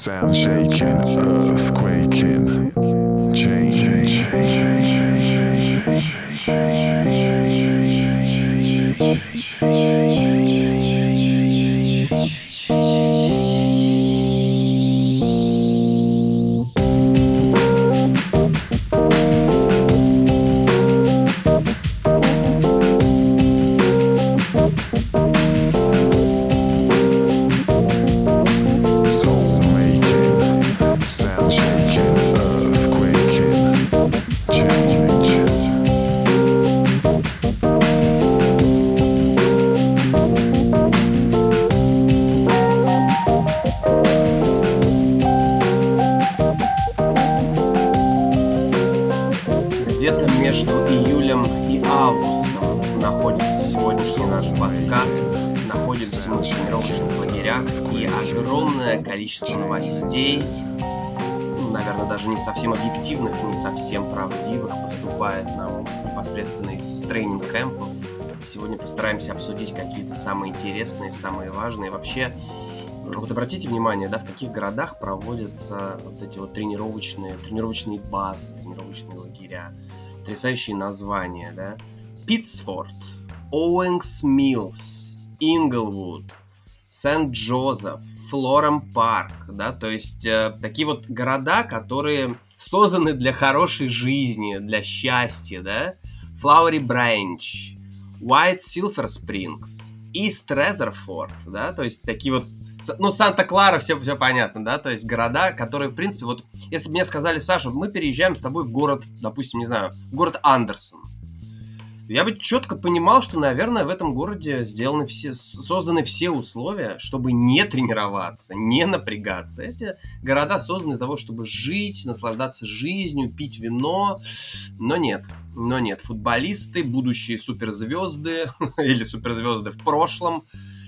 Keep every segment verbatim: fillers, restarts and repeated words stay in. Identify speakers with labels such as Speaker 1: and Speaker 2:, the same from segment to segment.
Speaker 1: Sound shaking, earth quaking, change.
Speaker 2: Где-то между июлем и августом находится сегодняшний наш подкаст. Находимся мы в тренировочных лагерях, и огромное количество новостей, ну, наверное, даже не совсем объективных, не совсем правдивых, поступает нам непосредственно из тренинг-кэмпов. Сегодня постараемся обсудить какие-то самые интересные, самые важные. Вообще, вот обратите внимание, да, в каких городах проводятся вот эти вот тренировочные, тренировочные базы, тренировочные лагеря. Потрясающие названия, да. Питтсфорд, Оуэнс Миллс, Инглвуд, Сент-Джозеф, Флорем-Парк, да, то есть э, такие вот города, которые созданы для хорошей жизни, для счастья, да. Флауэри Брэнч, Уайт Силвер Спрингс, Ист Резерфорд, да, то есть такие вот, ну, Санта-Клара, все, все понятно, да, то есть города, которые, в принципе, вот, если бы мне сказали, Саша, мы переезжаем с тобой в город, допустим, не знаю, в город Андерсон, я бы четко понимал, что, наверное, в этом городе сделаны все, созданы все условия, чтобы не тренироваться, не напрягаться. Эти города созданы для того, чтобы жить, наслаждаться жизнью, пить вино, но нет, но нет. Футболисты, будущие суперзвезды или суперзвезды в прошлом,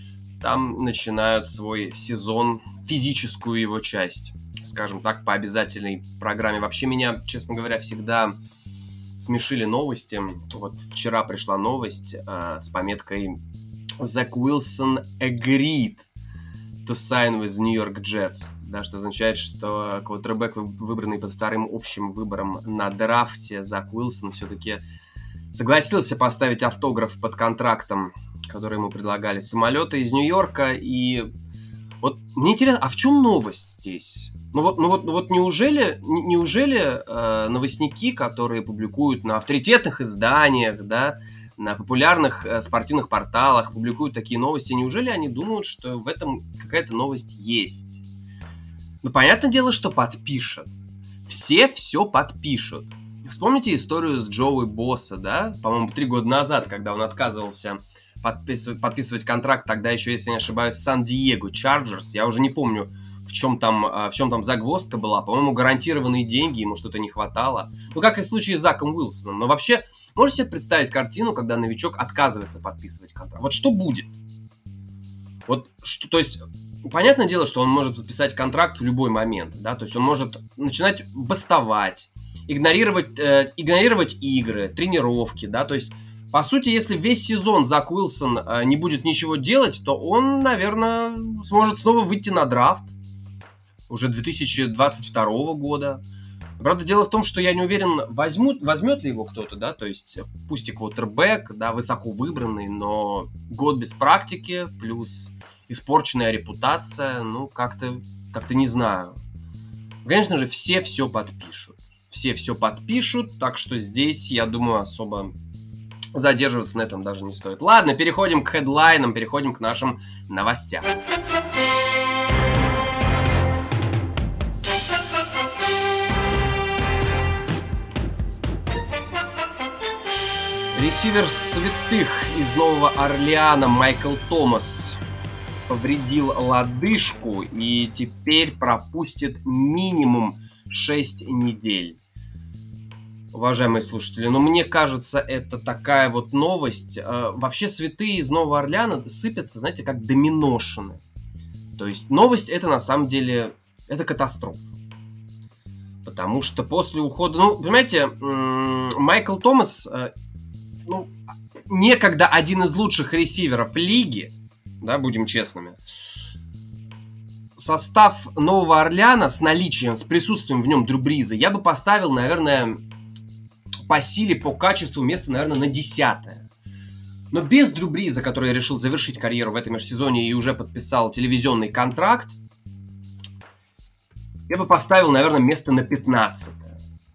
Speaker 2: там начинают свой сезон, физическую его часть, скажем так, по обязательной программе. Вообще меня, честно говоря, всегда смешили новости. Вот вчера пришла новость э, с пометкой «Zach Wilson agreed to sign with New York Jets», да, что означает, что квотербек, выбранный под вторым общим выбором на драфте, Зак Уилсон все-таки согласился поставить автограф под контрактом, который ему предлагали самолеты из Нью-Йорка. И вот мне интересно, а в чем новость здесь? Ну вот, ну вот, ну вот неужели, неужели э, новостники, которые публикуют на авторитетных изданиях, да, на популярных э, спортивных порталах, публикуют такие новости, неужели они думают, что в этом какая-то новость есть? Ну, понятное дело, что подпишут. Все все подпишут. Вспомните историю с Джоуи Босса, да, по-моему, три года назад, когда он отказывался подписывать, подписывать контракт, тогда еще, если не ошибаюсь, с Сан-Диего Чарджерс. Я уже не помню, в чем там, в чем там загвоздка была. По-моему, гарантированные деньги, ему что-то не хватало. Ну, как и в случае с Заком Уилсоном. Но вообще, можете себе представить картину, когда новичок отказывается подписывать контракт? Вот что будет? Вот, что, то есть, понятное дело, что он может подписать контракт в любой момент, да, то есть он может начинать бастовать, игнорировать, э, игнорировать игры, тренировки, да, то есть, по сути, если весь сезон Зак Уилсон э, не будет ничего делать, то он, наверное, сможет снова выйти на драфт уже две тысячи двадцать второго года. Правда, дело в том, что я не уверен, возьмут, возьмет ли его кто-то, да, то есть, пусть и квотербек, да, высоко выбранный, но год без практики, плюс испорченная репутация, ну, как-то, как-то не знаю. Конечно же, все все подпишут. Все все подпишут, так что здесь, я думаю, особо задерживаться на этом даже не стоит. Ладно, переходим к хедлайнам, переходим к нашим новостям. Ресивер святых из Нового Орлеана Майкл Томас повредил лодыжку и теперь пропустит минимум шесть недель. Уважаемые слушатели, ну мне кажется, это такая вот новость. Вообще святые из Нового Орлеана сыпятся, знаете, как доминошины. То есть новость это на самом деле, это катастрофа. Потому что после ухода, ну, понимаете, Майкл Томас, ну, некогда один из лучших ресиверов лиги, да, будем честными, состав Нового Орлеана с наличием, с присутствием в нем Дрю Бриза я бы поставил, наверное, по силе, по качеству место, наверное, на десятое. Но без Дрю Бриза, который решил завершить карьеру в этом межсезонье и уже подписал телевизионный контракт, я бы поставил, наверное, место на пятнадцатое.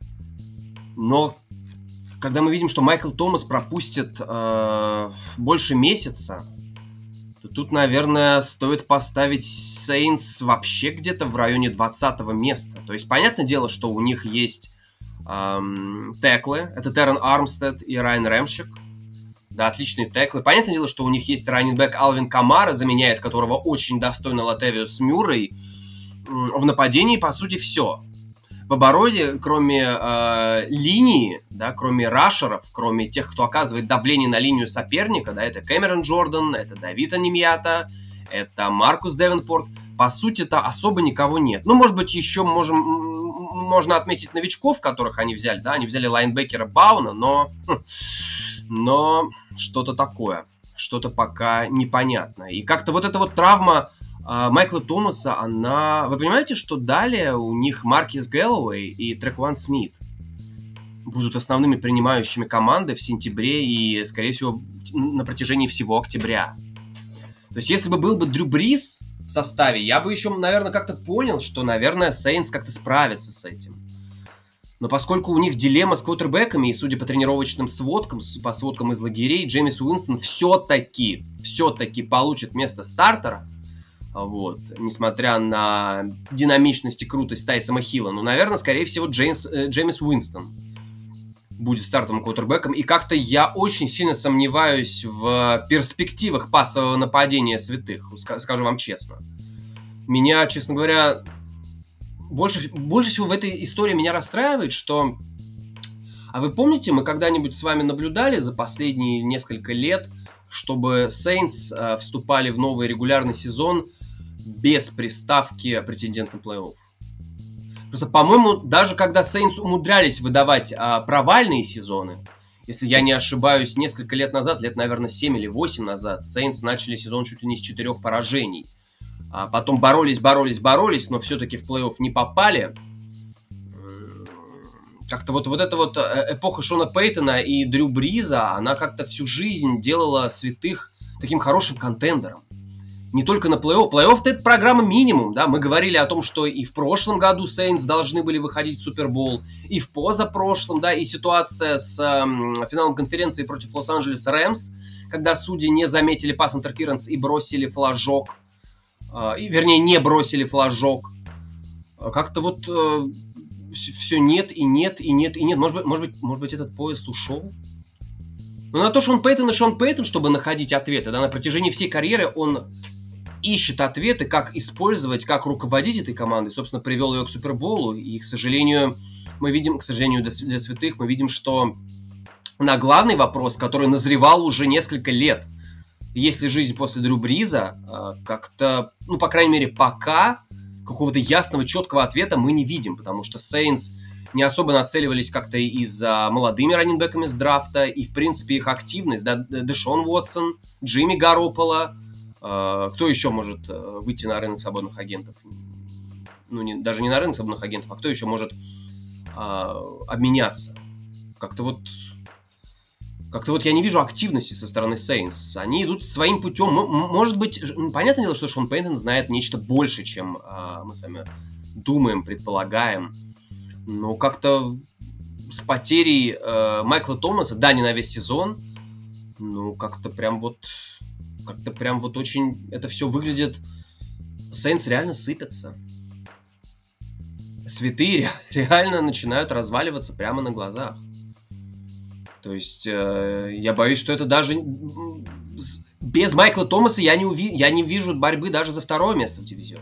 Speaker 2: Но когда мы видим, что Майкл Томас пропустит э, больше месяца, то тут, наверное, стоит поставить Сейнтс вообще где-то в районе двадцатого места. То есть, понятное дело, что у них есть эм, теклы. Это Террен Армстед и Райан Рэмшик. Да, отличные теклы. Понятное дело, что у них есть раннинбэк Алвин Камара, заменяет которого очень достойно Латавиус Мюррей. В нападении, по сути, все. В обороне, кроме э, линии, да, кроме рашеров, кроме тех, кто оказывает давление на линию соперника, да, это Кэмерон Джордан, это Давид Анимьята, это Маркус Девенпорт, по сути-то особо никого нет. Ну, может быть, еще можем, можно отметить новичков, которых они взяли, да, они взяли лайнбекера Бауна, но... но что-то такое, что-то пока непонятно. И как-то вот эта вот травма э, Майкла Томаса, она... Вы понимаете, что далее у них Маркис Гэллоуэй и Трекван Смит будут основными принимающими команды в сентябре и, скорее всего, на протяжении всего октября. То есть, если бы был бы Дрю Бриз в составе, я бы еще, наверное, как-то понял, что, наверное, Сейнтс как-то справится с этим. Но поскольку у них дилемма с квотербэками, и судя по тренировочным сводкам, по сводкам из лагерей, Джеймис Уинстон все-таки, все-таки получит место стартера, вот, несмотря на динамичность и крутость Тайсона Хилла, ну, наверное, скорее всего, Джеймс, э, Джеймис Уинстон будет стартовым квотербэком. И как-то я очень сильно сомневаюсь в перспективах пасового нападения святых, скажу вам честно. Меня, честно говоря... Больше, больше всего в этой истории меня расстраивает, что... А вы помните, мы когда-нибудь с вами наблюдали за последние несколько лет, чтобы Сейнтс э, вступали в новый регулярный сезон без приставки претендент на плей-офф? Просто, по-моему, даже когда Сейнтс умудрялись выдавать э, провальные сезоны, если я не ошибаюсь, несколько лет назад, лет, наверное, семь или восемь назад, Сейнтс начали сезон чуть ли не с четырех поражений. А потом боролись, боролись, боролись, но все-таки в плей-офф не попали. Как-то вот, вот эта вот эпоха Шона Пейтона и Дрю Бриза, она как-то всю жизнь делала святых таким хорошим контендером. Не только на плей-офф. Плей-офф-то это программа минимум, да. Мы говорили о том, что и в прошлом году Сейнтс должны были выходить в Супербол, и в позапрошлом, да, и ситуация с эм, финалом конференции против Лос-Анджелес Рэмс, когда судьи не заметили пас-интерференс и бросили флажок. И, вернее, не бросили флажок. Как-то вот э, все нет и нет и нет и нет. Может быть, может быть, может быть этот поезд ушел? Но на то, что Шон Пейтон и Шон Пейтон, чтобы находить ответы, да, на протяжении всей карьеры он ищет ответы, как использовать, как руководить этой командой. Собственно, привел ее к Суперболу. И, к сожалению, мы видим, к сожалению, для святых, мы видим, что на главный вопрос, который назревал уже несколько лет, есть ли жизнь после Дрю Бриза, как-то, ну, по крайней мере, пока какого-то ясного, четкого ответа мы не видим, потому что Сейнтс не особо нацеливались как-то и за молодыми раннинбэками с драфта, и, в принципе, их активность, да, Дэшон Уотсон, Джимми Гарополо, кто еще может выйти на рынок свободных агентов? Ну, не, даже не на рынок свободных агентов, а кто еще может обменяться? Как-то вот... Как-то вот я не вижу активности со стороны Сейнтс. Они идут своим путем. Может быть, понятное дело, что Шон Пейтон знает нечто больше, чем э, мы с вами думаем, предполагаем. Но как-то с потерей э, Майкла Томаса, да, не на весь сезон, ну, как-то прям вот... Как-то прям вот очень... Это все выглядит... Сейнтс реально сыпятся. Святые реально начинают разваливаться прямо на глазах. То есть, э, я боюсь, что это даже... Без Майкла Томаса я не, уви... я не вижу борьбы даже за второе место в дивизионе.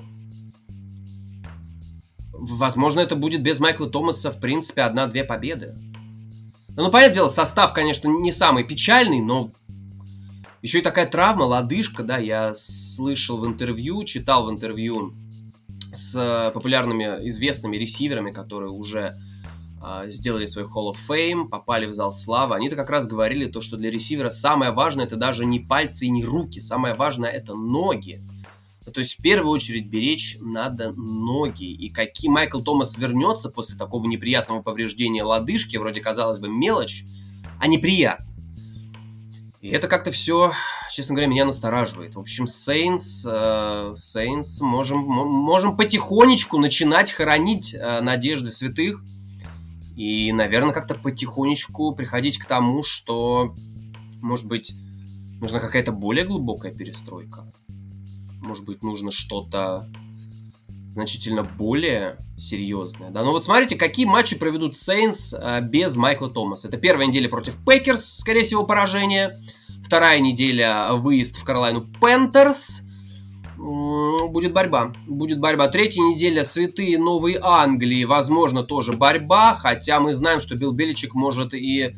Speaker 2: Возможно, это будет без Майкла Томаса, в принципе, одна-две победы. Ну, понятное дело, состав, конечно, не самый печальный, но еще и такая травма, лодыжка, да, я слышал в интервью, читал в интервью с популярными, известными ресиверами, которые уже... сделали свой Hall of Fame, попали в зал славы. Они-то как раз говорили то, что для ресивера самое важное это даже не пальцы и не руки, самое важное это ноги. То есть в первую очередь беречь надо ноги. И какие Майкл Томас вернется после такого неприятного повреждения лодыжки, вроде, казалось бы, мелочь, а неприятно. И это как-то все, честно говоря, меня настораживает. В общем, Saints, э, Saints можем, можем потихонечку начинать хоронить э, надежды святых. И, наверное, как-то потихонечку приходить к тому, что, может быть, нужна какая-то более глубокая перестройка. Может быть, нужно что-то значительно более серьезное. Да? Ну вот смотрите, какие матчи проведут Saints а, без Майкла Томаса. Это первая неделя против Пекерс, скорее всего, поражение. Вторая неделя выезд в Каролайну Пентерс. Будет борьба. Будет борьба. Третья неделя Святые Новой Англии. Возможно, тоже борьба. Хотя мы знаем, что Билл Беличек может и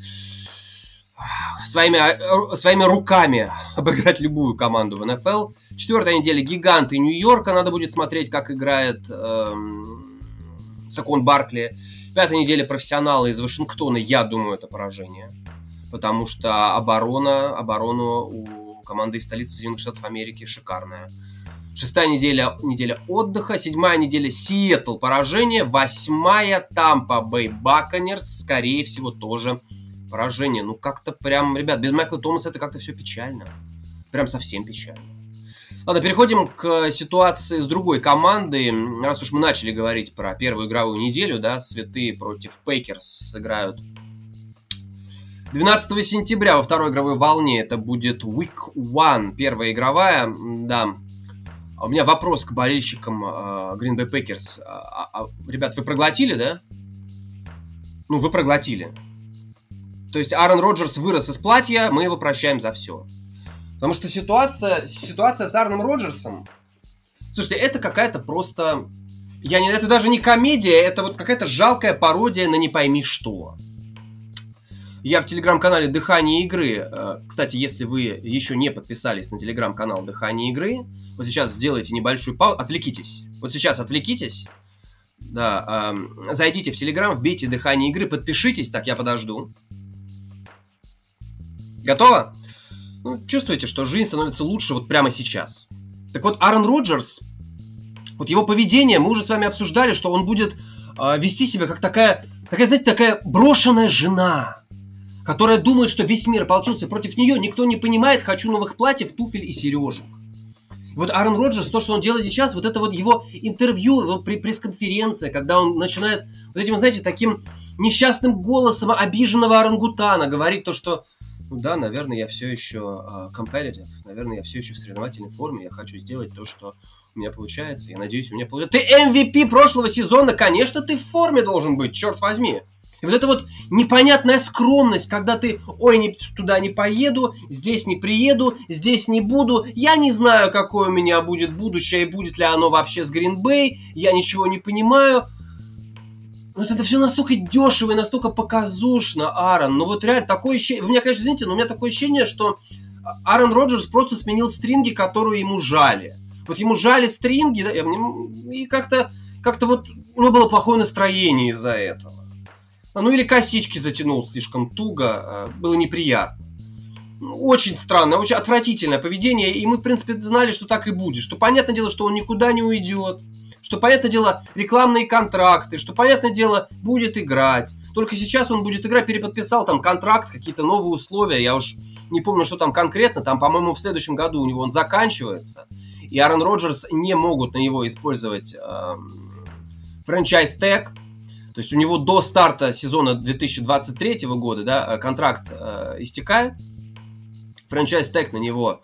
Speaker 2: своими, своими руками обыграть любую команду в эн эф эл. Четвертая неделя Гиганты Нью-Йорка. Надо будет смотреть, как играет эм, Сакон Баркли. Пятая неделя Профессионалы из Вашингтона. Я думаю, это поражение. Потому что оборона, оборона у команды из столицы Соединенных Штатов Америки шикарная. Шестая неделя, неделя отдыха. Седьмая неделя Сиэтл, поражение. Восьмая Тампа Бэй Баконерс, скорее всего, тоже поражение. Ну, как-то прям, ребят, без Майкла Томаса это как-то все печально. Прям совсем печально. Ладно, переходим к ситуации с другой командой. Раз уж мы начали говорить про первую игровую неделю, да, Святые против Пейкерс сыграют двенадцатого сентября во второй игровой волне. Это будет Week один, первая игровая, да. У меня вопрос к болельщикам uh, Green Bay Packers. Uh, uh, ребят, вы проглотили, да? Ну, вы проглотили. То есть Аарон Роджерс вырос из платья, мы его прощаем за все. Потому что ситуация, ситуация с Аароном Роджерсом... Слушайте, это какая-то просто... Я не, это даже не комедия, это вот какая-то жалкая пародия на не пойми что. Я в телеграм-канале «Дыхание игры». Кстати, если вы еще не подписались на телеграм-канал «Дыхание игры», вот сейчас сделайте небольшую паузу, отвлекитесь. Вот сейчас отвлекитесь. Да, э, зайдите в телеграм, вбейте «Дыхание игры», подпишитесь, так я подожду. Готово? Ну, чувствуете, что жизнь становится лучше вот прямо сейчас. Так вот, Аарон Роджерс, вот его поведение, мы уже с вами обсуждали, что он будет э, вести себя как такая, такая, знаете, такая брошенная жена, которая думает, что весь мир ополчился против нее, никто не понимает, хочу новых платьев, туфель и сережек. Вот Аарон Роджерс, то, что он делает сейчас, вот это вот его интервью, его пресс-конференция, когда он начинает вот этим, знаете, таким несчастным голосом обиженного орангутана говорить то, что, ну да, наверное, я все еще uh, competitive, наверное, я все еще в соревновательной форме, я хочу сделать то, что у меня получается, я надеюсь, у меня получается. Ты эм ви пи прошлого сезона, конечно, ты в форме должен быть, черт возьми. И вот эта вот непонятная скромность, когда ты, ой, не, туда не поеду, здесь не приеду, здесь не буду, я не знаю, какое у меня будет будущее, и будет ли оно вообще с Green Bay, я ничего не понимаю. Вот это все настолько дешево и настолько показушно, Аарон. Ну вот реально такое ощущение, вы меня, конечно, извините, но у меня такое ощущение, что Аарон Роджерс просто сменил стринги, которые ему жали. Вот ему жали стринги, да, и как-то, как-то вот у него было плохое настроение из-за этого. Ну или косички затянул слишком туго, было неприятно. Очень странное, очень отвратительное поведение, и мы, в принципе, знали, что так и будет. Что, понятное дело, что он никуда не уйдет, что, понятное дело, рекламные контракты, что, понятное дело, будет играть. Только сейчас он будет играть, переподписал там контракт, какие-то новые условия, я уж не помню, что там конкретно, там, по-моему, в следующем году у него он заканчивается, и Аарон Роджерс не могут на него использовать э, франчайз-тег. То есть у него до старта сезона две тысячи двадцать третьего года, да, контракт э, истекает. Франчайз-тег на него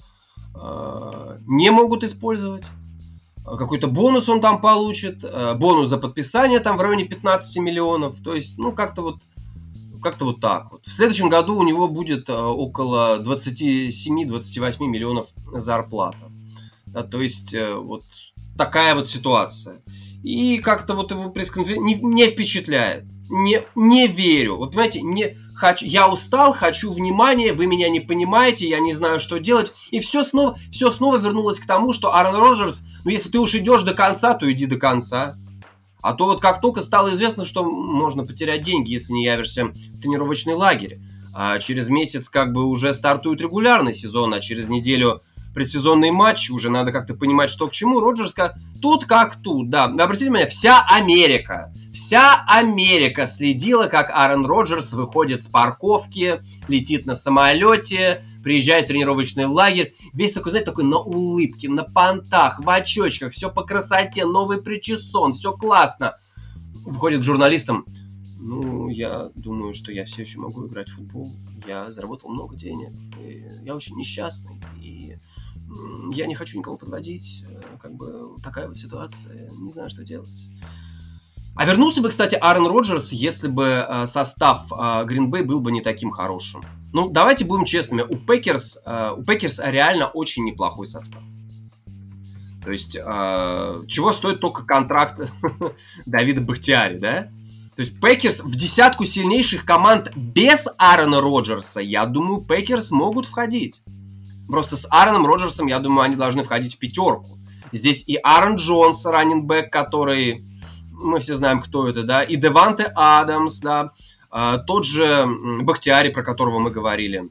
Speaker 2: э, не могут использовать. Какой-то бонус он там получит. Э, бонус за подписание там в районе пятнадцать миллионов. То есть, ну, как-то вот, как-то вот так вот. В следующем году у него будет э, около двадцать семь - двадцать восемь миллионов зарплата. Да, то есть, э, вот такая вот ситуация. И как-то вот его пресс-конференция не, не впечатляет. Не, не верю. Вот понимаете, не хочу, я устал, хочу внимания, вы меня не понимаете, я не знаю, что делать. И все снова, все снова вернулось к тому, что Аарон Роджерс, ну если ты уж идешь до конца, то иди до конца. А то вот как только стало известно, что можно потерять деньги, если не явишься в тренировочный лагерь. А через месяц как бы уже стартует регулярный сезон, а через неделю предсезонные матчи, уже надо как-то понимать, что к чему. Роджерс тут как тут, да. Обратите внимание, вся Америка, вся Америка следила, как Аарон Роджерс выходит с парковки, летит на самолете, приезжает в тренировочный лагерь, весь такой, знаете, такой на улыбке, на понтах, в очочках, все по красоте, новый причесон, все классно. Выходит к журналистам: ну, я думаю, что я все еще могу играть в футбол, я заработал много денег, и я очень несчастный, и я не хочу никого подводить, как бы такая вот ситуация, не знаю, что делать. А вернулся бы, кстати, Аарон Роджерс, если бы э, состав э, Green Bay был бы не таким хорошим. Ну, давайте будем честными, у Пекерс, э, у Пекерс реально очень неплохой состав. То есть, э, чего стоит только контракт Давида Бахтиари, да? То есть, Пекерс в десятку сильнейших команд без Аарона Роджерса, я думаю, Пекерс могут входить. Просто с Аароном Роджерсом, я думаю, они должны входить в пятерку. Здесь и Аарон Джонс, раннинбэк, который... Мы все знаем, кто это, да, и Деванте Адамс, да, а, тот же Бахтиари, про которого мы говорили.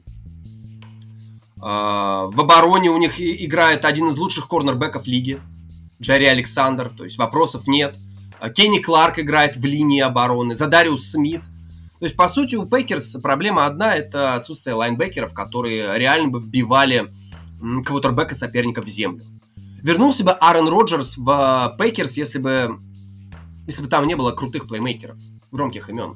Speaker 2: А, в обороне у них играет один из лучших корнербэков лиги, Джерри Александр, то есть вопросов нет. А, Кенни Кларк играет в линии обороны, Задариус Смит. То есть, по сути, у Пекерс проблема одна, это отсутствие лайнбекеров, которые реально бы вбивали квотербека соперника в землю. Вернулся бы Аарон Роджерс в Пекерс, если бы Если бы там не было крутых плеймейкеров, громких имен.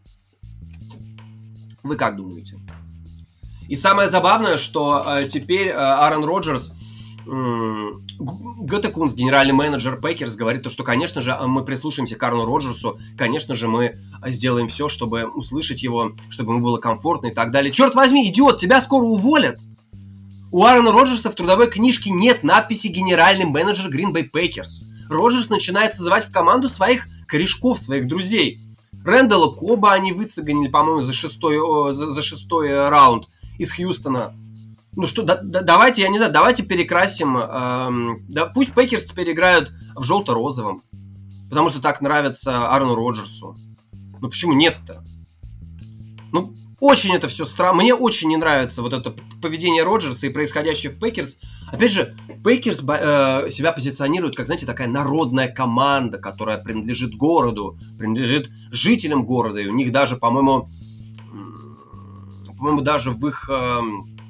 Speaker 2: Вы как думаете? И самое забавное, что э, теперь э, Аарон Роджерс, э, Гетте Кунс, генеральный менеджер Пекерс, говорит, то, что, конечно же, мы прислушаемся к Аарону Роджерсу, конечно же, мы сделаем все, чтобы услышать его, чтобы ему было комфортно и так далее. Черт возьми, идиот, тебя скоро уволят! У Аарона Роджерса в трудовой книжке нет надписи «Генеральный менеджер Green Bay Packers». Роджерс начинает созывать в команду своих корешков, своих друзей. Рэндалла Коба они выцеганили, по-моему, за шестой, за, за шестой раунд из Хьюстона. Ну что, да, да, давайте, я не знаю, давайте перекрасим. Эм, да, пусть Пекерс теперь играют в желто-розовом, потому что так нравится Аарону Роджерсу. Ну почему нет-то? Ну, очень это все странно. Мне очень не нравится вот это поведение Роджерса и происходящее в Пекерс. Опять же, Пекерс э, себя позиционирует как, знаете, такая народная команда, которая принадлежит городу, принадлежит жителям города. И у них даже, по-моему, по-моему, даже в их... Э,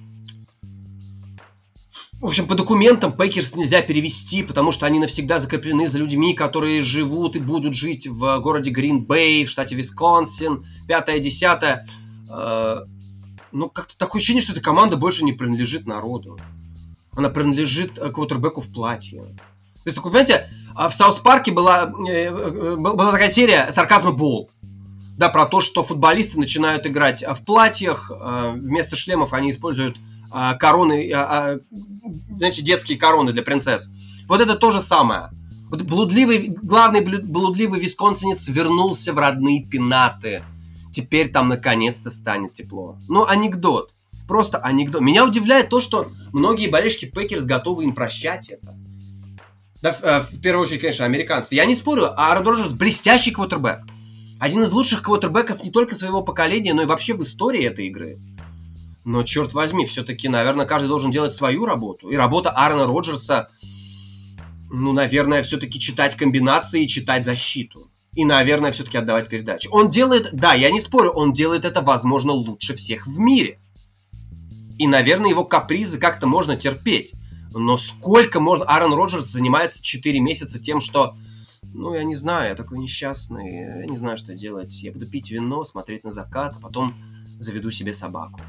Speaker 2: в общем, по документам Пекерс нельзя перевести, потому что они навсегда закреплены за людьми, которые живут и будут жить в городе Грин-Бэй, в штате Висконсин, пятое-десятое. Э, ну, как-то такое ощущение, что эта команда больше не принадлежит народу. Она принадлежит квотербеку в платье. То есть, такой, понимаете, в Саус-Парке была, была такая серия «Сарказм и бол». Да, про то, что футболисты начинают играть в платьях, вместо шлемов они используют короны, знаете, детские короны для принцесс. Вот это то же самое. Вот блудливый, главный блудливый висконсинец вернулся в родные пенаты. Теперь там наконец-то станет тепло. Ну, анекдот. Просто анекдот. Меня удивляет то, что многие болельщики Пекерс готовы им прощать это. Да, в первую очередь, конечно, американцы. Я не спорю, Аарон Роджерс блестящий квотербек. Один из лучших квотербеков не только своего поколения, но и вообще в истории этой игры. Но, черт возьми, все-таки, наверное, каждый должен делать свою работу. И работа Аарона Роджерса, ну, наверное, все-таки читать комбинации и читать защиту. И, наверное, все-таки отдавать передачи. Он делает, да, я не спорю, он делает это, возможно, лучше всех в мире. И, наверное, его капризы как-то можно терпеть. Но сколько можно... Аарон Роджерс занимается четыре месяца тем, что... Ну, я не знаю, я такой несчастный. Я не знаю, что делать. Я буду пить вино, смотреть на закат, а потом заведу себе собаку.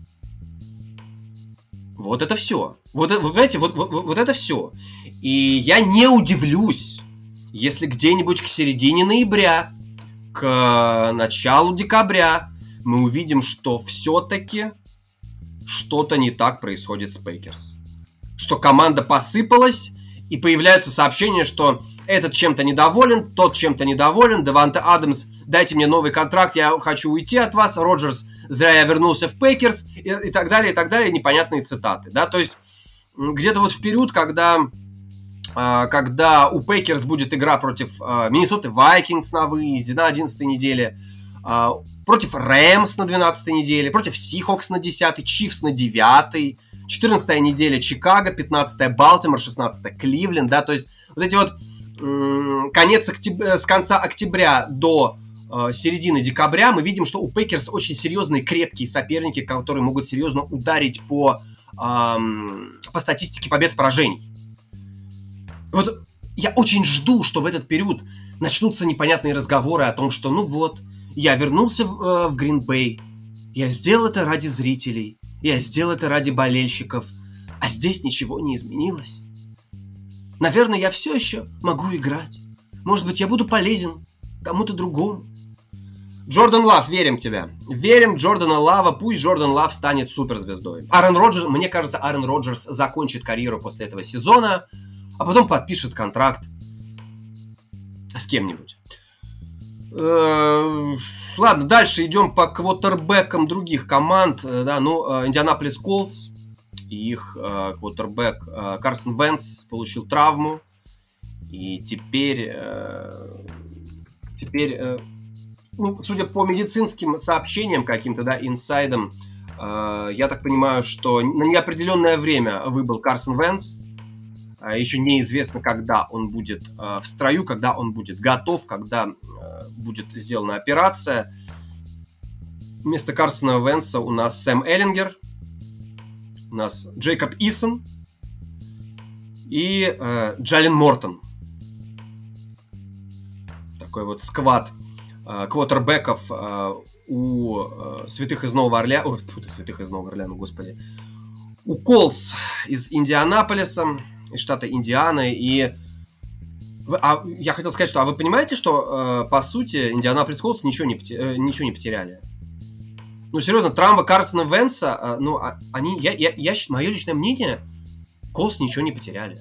Speaker 2: Вот это все. Вот, вы понимаете, вот, вот, вот это все. И я не удивлюсь, если где-нибудь к середине ноября, к началу декабря мы увидим, что все-таки что-то не так происходит с Пекерс. Что команда посыпалась, и появляются сообщения, что этот чем-то недоволен, тот чем-то недоволен, Деванте Адамс, дайте мне новый контракт, я хочу уйти от вас, Роджерс, зря я вернулся в Пекерс, и, и так далее, и так далее, непонятные цитаты, да, то есть где-то вот в период, когда, э, когда у Пекерс будет игра против э, Миннесоты Вайкингс на выезде на одиннадцатой неделе, э, против Рэмс на двенадцатой неделе, против Сихокс на десятой, Чифс на девятой, четырнадцатая неделя Чикаго, пятнадцатая Балтимор, шестнадцатая Кливленд, да, то есть вот эти вот м- конец октября, с конца октября до э, середины декабря мы видим, что у Пейкерс очень серьезные крепкие соперники, которые могут серьезно ударить по, эм, по статистике побед и поражений. Вот я очень жду, что в этот период начнутся непонятные разговоры о том, что ну вот, я вернулся в, э, в Грин-Бэй, я сделал это ради зрителей, я сделал это ради болельщиков, а здесь ничего не изменилось. Наверное, я все еще могу играть. Может быть, я буду полезен кому-то другому. Джордан Лав, верим в тебя. Верим в Джордана Лава, пусть Джордан Лав станет суперзвездой. Аарон Роджерс, мне кажется, Аарон Роджерс закончит карьеру после этого сезона, а потом подпишет контракт с кем-нибудь. Ладно, дальше идем по квотербекам других команд. Да, ну, Индианаполис Колтс и их квотербек Карсон Венс получил травму. И теперь, теперь ну, судя по медицинским сообщениям каким-то, да, инсайдам, я так понимаю, что на неопределенное время выбыл Карсон Венс. Еще неизвестно, когда он будет э, в строю, когда он будет готов, когда э, будет сделана операция. Вместо Карсона Венса у нас Сэм Эллингер, у нас Джейкоб Исон и э, Джален Мортон. Такой вот сквад э, квотербеков э, у э, святых из Нового Орлеана. Ой, фу ты, святых из Нового Орлеана, господи. У Колтс из Индианаполиса, из штата Индиана, и а, я хотел сказать, что а вы понимаете, что э, по сути Индианаполис Колтс ничего не, э, ничего не потеряли? Ну, серьезно, травма Карсона Венса, э, ну, а, они, я, я, я, мое личное мнение, Колтс ничего не потеряли.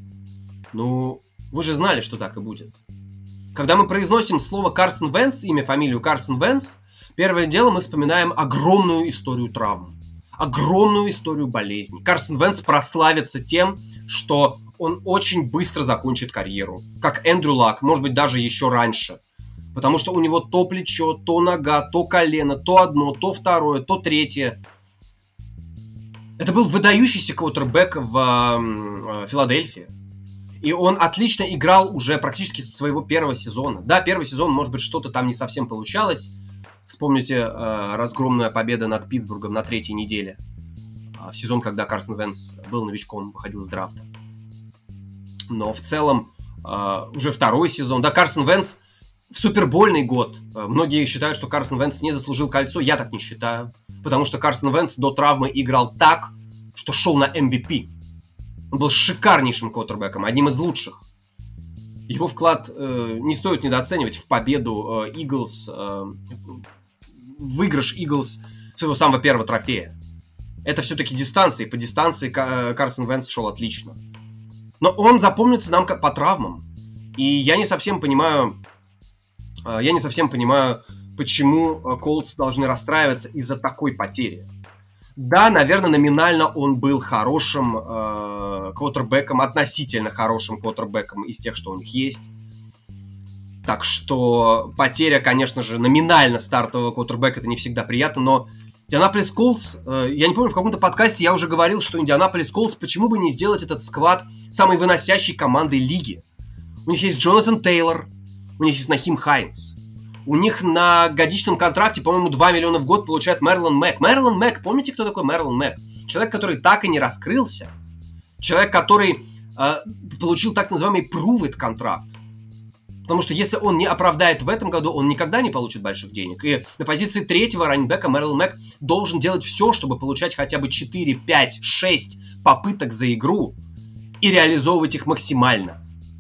Speaker 2: Ну, вы же знали, что так и будет. Когда мы произносим слово Карсон Венс, имя, фамилию Карсон Венс, первое дело мы вспоминаем огромную историю травм, огромную историю болезней. Карсон Венс прославится тем, что он очень быстро закончит карьеру. Как Эндрю Лак, может быть, даже еще раньше. Потому что у него то плечо, то нога, то колено, то одно, то второе, то третье. Это был выдающийся квотербек в э, Филадельфии. И он отлично играл уже практически со своего первого сезона. Да, первый сезон, может быть, что-то там не совсем получалось. Вспомните э, разгромная победа над Питтсбургом на третьей неделе. В сезон, когда Карсон Венс был новичком, выходил с драфта. Но в целом, э, уже второй сезон. Да, Карсон Венс в супербольный год. Многие считают, что Карсон Венс не заслужил кольцо. Я так не считаю. Потому что Карсон Венс до травмы играл так, что шел на эм ви пи. Он был шикарнейшим квотербеком, одним из лучших. Его вклад э, не стоит недооценивать в победу Иглс, э, э, в выигрыш Иглс своего самого первого трофея. Это все-таки дистанции. По дистанции Карсон Венс шел отлично. Но он запомнится нам по травмам. И я не совсем понимаю, я не совсем понимаю, почему Колтс должны расстраиваться из-за такой потери. Да, наверное, номинально он был хорошим э, квотербеком, относительно хорошим квотербеком из тех, что у них есть. Так что потеря, конечно же, номинально стартового квотербека, это не всегда приятно, но Индианаполис Колтс, э, я не помню, в каком-то подкасте я уже говорил, что Индианаполис Колтс, почему бы не сделать этот сквад самой выносящей командой лиги? У них есть Джонатан Тейлор, у них есть Нахим Хайнс. У них на годичном контракте, по-моему, два миллиона в год получает Мерлон Мэг. Мерлон Мэг, помните, кто такой Мерлон Мэг? Человек, который так и не раскрылся. Человек, который э, получил так называемый prove-it контракт. Потому что если он не оправдает в этом году, он никогда не получит больших денег. И на позиции третьего раннинбека Мерлон Мэг должен делать все, чтобы получать хотя бы четыре, пять, шесть попыток за игру и реализовывать их максимально.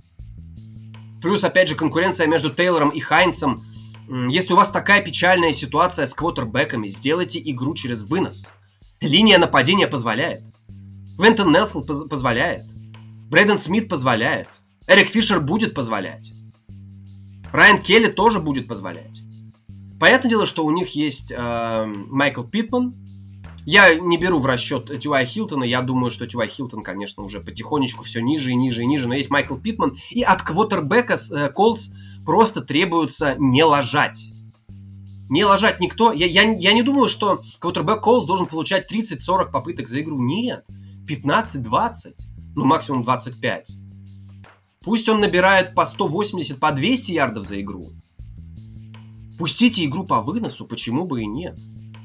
Speaker 2: Плюс, опять же, конкуренция между Тейлором и Хайнсом. Если у вас такая печальная ситуация с квотербеками, сделайте игру через вынос. Линия нападения позволяет. Квентин Нелсхилл поз- позволяет. Брэдон Смит позволяет. Эрик Фишер будет позволять. Райан Келли тоже будет позволять. Понятное дело, что у них есть э, Майкл Питман. Я не беру в расчет Ти Уай Хилтона. Я думаю, что Ти Уай Хилтон, конечно, уже потихонечку все ниже и ниже и ниже. Но есть Майкл Питман. И от квотербека с э, Колтс просто требуется не лажать. Не ложать никто. Я, я, я не думаю, что квотербек Колс должен получать тридцать-сорок попыток за игру. Нет. пятнадцать-двадцать. Ну, максимум двадцать пять. Пусть он набирает по сто восемьдесят, по двести ярдов за игру. Пустите игру по выносу, почему бы и нет.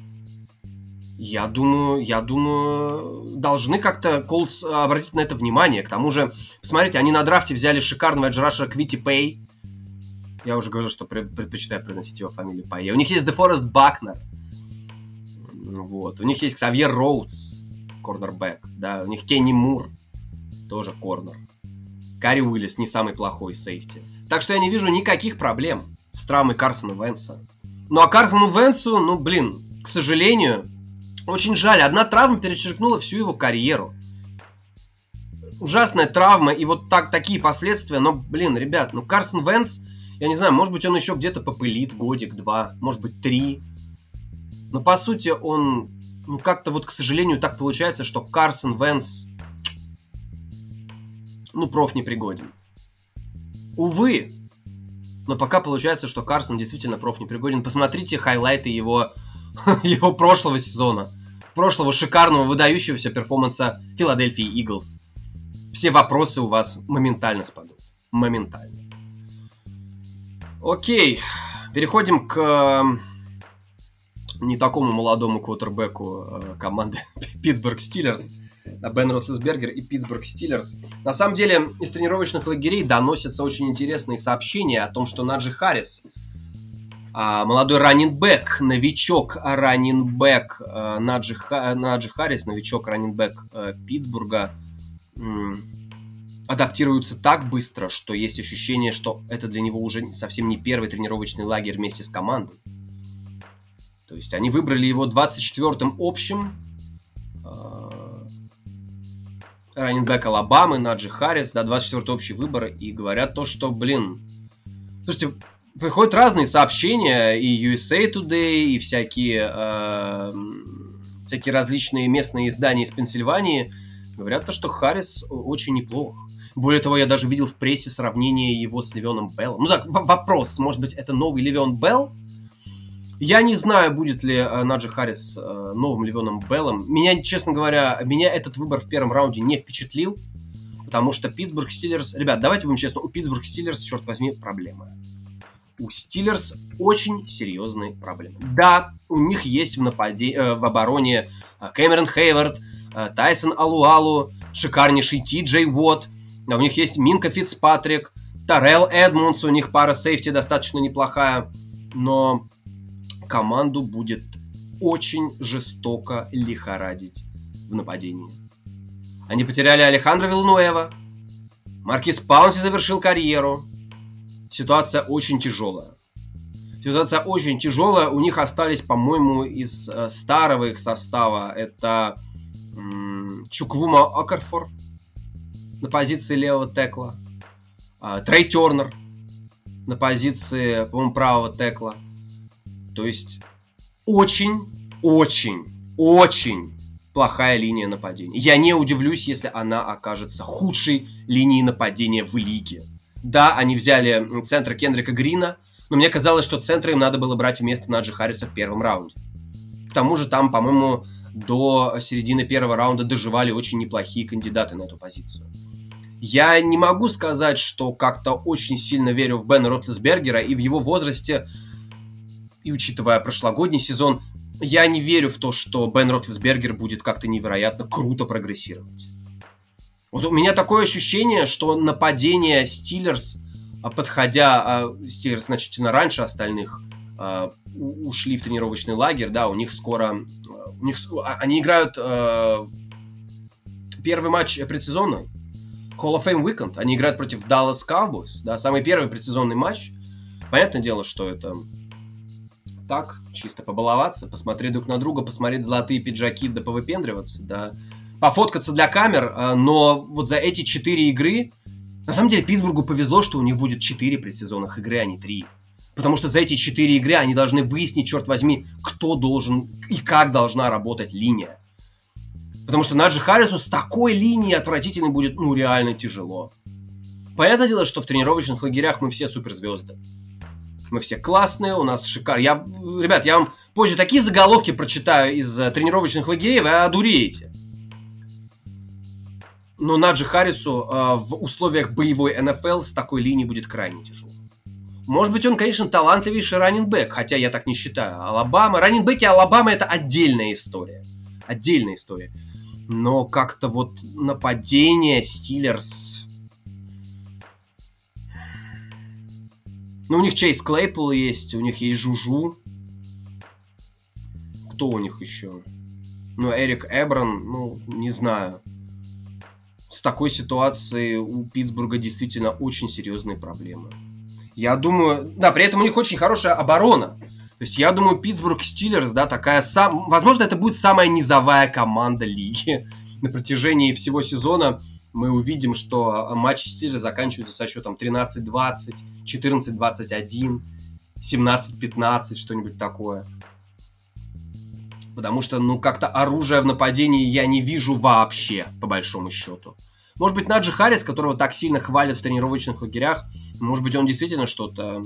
Speaker 2: Я думаю, я думаю, должны как-то Колс обратить на это внимание. К тому же, посмотрите, они на драфте взяли шикарного эдж-рашера Квити Пэй. Я уже говорил, что предпочитаю произносить его фамилию Пэй. У них есть Дефорест Бакнер. Вот. У них есть Ксавьер Роудс, корнербэк. Да. У них Кенни Мур, тоже корнер. Карри Уиллис не самый плохой сейфти. Так что я не вижу никаких проблем с травмой Карсона Венса. Ну а Карсону Венсу, ну блин, к сожалению, очень жаль. Одна травма перечеркнула всю его карьеру. Ужасная травма и вот так, такие последствия. Но, блин, ребят, ну Карсон Венс, я не знаю, может быть он еще где-то попылит годик-два, может быть три. Но по сути он, ну как-то вот, к сожалению, так получается, что Карсон Венс, ну, проф непригоден. Увы. Но пока получается, что Карсон действительно проф непригоден. Посмотрите хайлайты его, его прошлого сезона. Прошлого шикарного, выдающегося перформанса Филадельфии Иглс. Все вопросы у вас моментально спадут. Моментально. Окей. Переходим к не такому молодому квотербеку команды Питтсбург Стиллерс. Бен Ротлсбергер и Питтсбург Стиллерс. На самом деле, из тренировочных лагерей доносятся очень интересные сообщения о том, что Наджи Харрис, молодой раннинбэк, новичок раннинбэк Наджи, Наджи Харрис, новичок раннинбэк Питтсбурга, адаптируется так быстро, что есть ощущение, что это для него уже совсем не первый тренировочный лагерь вместе с командой. То есть они выбрали его двадцать четвёртым общим. Раннинбэк Алабамы, Наджи Харрис, да, двадцать четвёртый общий выбор, и говорят то, что, блин... Слушайте, приходят разные сообщения, и ю эс эй Today, и всякие, э, всякие различные местные издания из Пенсильвании говорят то, что Харрис очень неплох. Более того, я даже видел в прессе сравнение его с Левионом Беллом. Ну так, в- вопрос, может быть, это новый Левион Белл? Я не знаю, будет ли э, Наджи Харрис э, новым Левионом Беллом. Меня, честно говоря, меня этот выбор в первом раунде не впечатлил, потому что Питтсбург Стиллерс... Ребят, давайте будем честны, у Питтсбург Стиллерс, черт возьми, проблемы. У Стиллерс очень серьезные проблемы. Да, у них есть в, нападе... э, в обороне э, Кэмерон Хейвард, э, Тайсон Алуалу, шикарнейший Ти Джей Уотт, у них есть Минка Фицпатрик, Таррелл Эдмундс, у них пара сейфти достаточно неплохая, но... команду будет очень жестоко лихорадить в нападении. Они потеряли Алехандро Вилануэва. Маркис Паунси завершил карьеру. Ситуация очень тяжелая. Ситуация очень тяжелая. У них остались, по-моему, из э, старого их состава это м- Чуквума Окарфор на позиции левого текла. Э, Трей Тернер на позиции, по-моему, правого текла. То есть очень, очень, очень плохая линия нападения. Я не удивлюсь, если она окажется худшей линией нападения в лиге. Да, они взяли центра Кендрика Грина, но мне казалось, что центра им надо было брать вместо Наджи Харриса в первом раунде. К тому же там, по-моему, до середины первого раунда доживали очень неплохие кандидаты на эту позицию. Я не могу сказать, что как-то очень сильно верю в Бена Ротлсбергера, и в его возрасте... И учитывая прошлогодний сезон, я не верю в то, что Бен Ротлсбергер будет как-то невероятно круто прогрессировать. Вот у меня такое ощущение, что нападение Стиллерс, подходя... Стиллерс значительно раньше остальных ушли в тренировочный лагерь, да, у них скоро... У них, они играют первый матч предсезонный, Hall of Fame Weekend, они играют против Dallas Cowboys, да, самый первый предсезонный матч. Понятное дело, что это... Так, чисто побаловаться, посмотреть друг на друга, посмотреть золотые пиджаки, да повыпендриваться, да пофоткаться для камер, но вот за эти четыре игры, на самом деле Питтсбургу повезло, что у них будет четыре предсезонных игры, а не три. Потому что за эти четыре игры они должны выяснить, черт возьми, кто должен и как должна работать линия. Потому что Наджи Харрису с такой линией отвратительной будет, ну, реально тяжело. Понятное дело, что в тренировочных лагерях мы все суперзвезды. Мы все классные, у нас шикарно. Я, ребят, я вам позже такие заголовки прочитаю из uh, тренировочных лагерей, вы одуреете. Но Наджи Харрису uh, в условиях боевой эн эф эл с такой линией будет крайне тяжело. Может быть, он, конечно, талантливейший раннинг-бэк, хотя я так не считаю. Алабама, раннинг-бэки Алабама — это отдельная история. Отдельная история. Но как-то вот нападение Стиллерс... Ну, у них Чейз Клейпл есть, у них есть Жужу. Кто у них еще? Ну, Эрик Эбран, ну, не знаю. С такой ситуацией у Питтсбурга действительно очень серьезные проблемы. Я думаю... Да, при этом у них очень хорошая оборона. То есть я думаю, Питтсбург Стиллерс, да, такая... Сам... Возможно, это будет самая низовая команда лиги. На протяжении всего сезона мы увидим, что матчи Стиллерс заканчиваются со счетом тринадцать двадцать, четырнадцать двадцать один, семнадцать пятнадцать, что-нибудь такое. Потому что, ну, как-то оружия в нападении я не вижу вообще, по большому счету. Может быть, Наджи Харрис, которого так сильно хвалят в тренировочных лагерях, может быть, он действительно что-то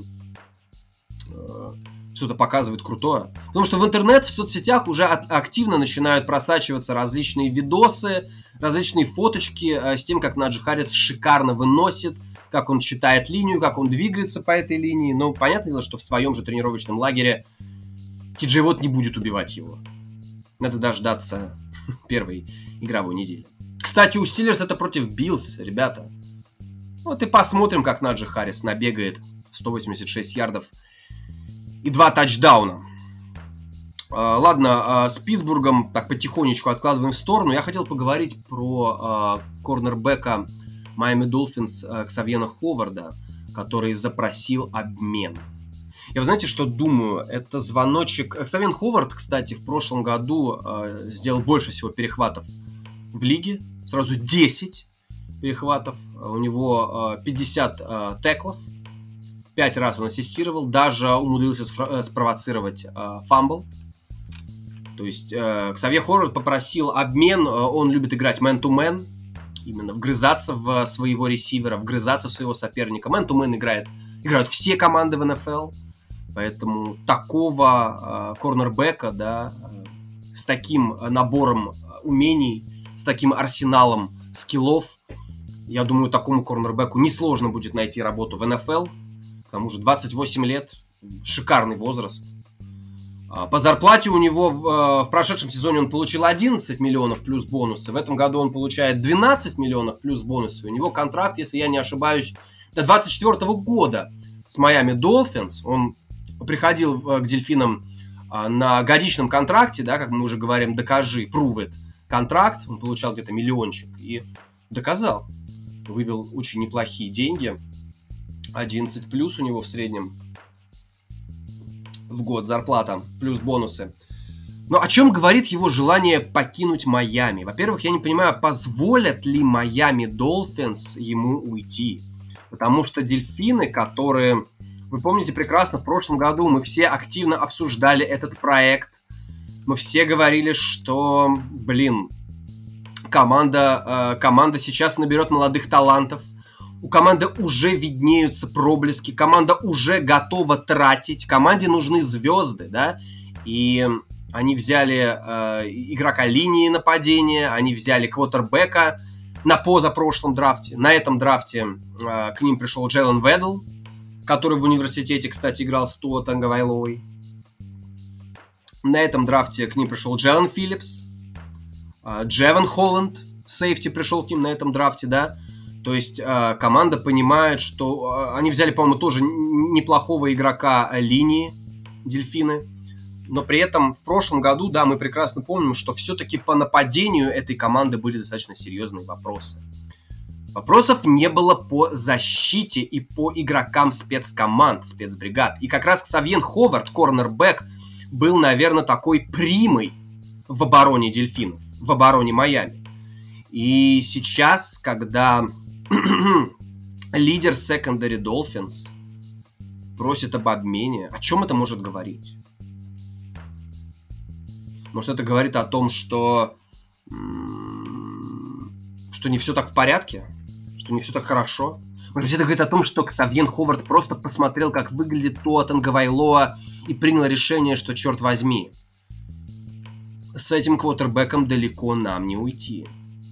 Speaker 2: э, что-то показывает крутое. Потому что в интернет, в соцсетях уже от, активно начинают просачиваться различные видосы, различные фоточки э, с тем, как Наджи Харрис шикарно выносит, как он читает линию, как он двигается по этой линии. Но понятное дело, что в своем же тренировочном лагере Ти Джей Вотт не будет убивать его. Надо дождаться первой игровой недели. Кстати, у Стиллерс это против Биллс, ребята. Вот и посмотрим, как Наджи Харрис набегает сто восемьдесят шесть ярдов и два тачдауна. Uh, ладно, uh, с Питтсбургом так потихонечку откладываем в сторону. Я хотел поговорить про uh, корнербека Майами Долфинс uh, Ксавьена Ховарда, который запросил обмен. Я, вы знаете, что думаю? Это звоночек... Ксавьен Ховард, кстати, в прошлом году uh, сделал больше всего перехватов в лиге. Сразу десять перехватов. У него uh, пятьдесят uh, теклов. пять раз он ассистировал. Даже умудрился спро- спровоцировать uh, фамбл. То есть э, Ксавье Ховард попросил обмен. Он любит играть man-to-man. Именно вгрызаться в своего ресивера, вгрызаться в своего соперника. Man-to-man играет, играют все команды в эн эф эл. Поэтому такого э, корнербека, да, э, с таким набором умений, с таким арсеналом скиллов, я думаю, такому корнербеку несложно будет найти работу в эн эф эл. К тому же двадцать восемь лет, шикарный возраст. По зарплате у него в, в прошедшем сезоне он получил одиннадцать миллионов плюс бонусы. В этом году он получает двенадцать миллионов плюс бонусы. У него контракт, если я не ошибаюсь, до двадцать четвёртого года с Майами Долфинс. Он приходил к Дельфинам на годичном контракте, да, как мы уже говорим, докажи, prove it, контракт. Он получал где-то миллиончик и доказал. Вывел очень неплохие деньги. одиннадцать плюс у него в среднем в год зарплата, плюс бонусы. Но о чем говорит его желание покинуть Майами? Во-первых, я не понимаю, позволят ли Майами Долфинс ему уйти. Потому что Дельфины, которые... Вы помните прекрасно, в прошлом году мы все активно обсуждали этот проект. Мы все говорили, что, блин, команда, э, команда сейчас наберет молодых талантов. У команды уже виднеются проблески, команда уже готова тратить, команде нужны звезды, да, и они взяли э, игрока линии нападения, они взяли квотербека на позапрошлом драфте. На этом драфте э, к ним пришел Джейлен Ведл, который в университете, кстати, играл с Туа Тангавайловой. На этом драфте к ним пришел Джелен Филлипс, э, Джеван Холланд, сейфти пришел к ним на этом драфте, да. То есть э, команда понимает, что э, они взяли, по-моему, тоже неплохого игрока линии Дельфины. Но при этом в прошлом году, да, мы прекрасно помним, что все-таки по нападению этой команды были достаточно серьезные вопросы. Вопросов не было по защите и по игрокам спецкоманд, спецбригад. И как раз Ксавьен Ховард, корнербэк, был, наверное, такой примой в обороне Дельфинов, в обороне Майами. И сейчас, когда лидер Secondary Dolphins просит об обмене, о чем это может говорить? Может, это говорит о том, что, что не все так в порядке? Что не все так хорошо? Может быть, это говорит о том, что Ксавьен Ховард просто посмотрел, как выглядит Туа Таговаилоа и принял решение, что, черт возьми, с этим квотербеком далеко нам не уйти.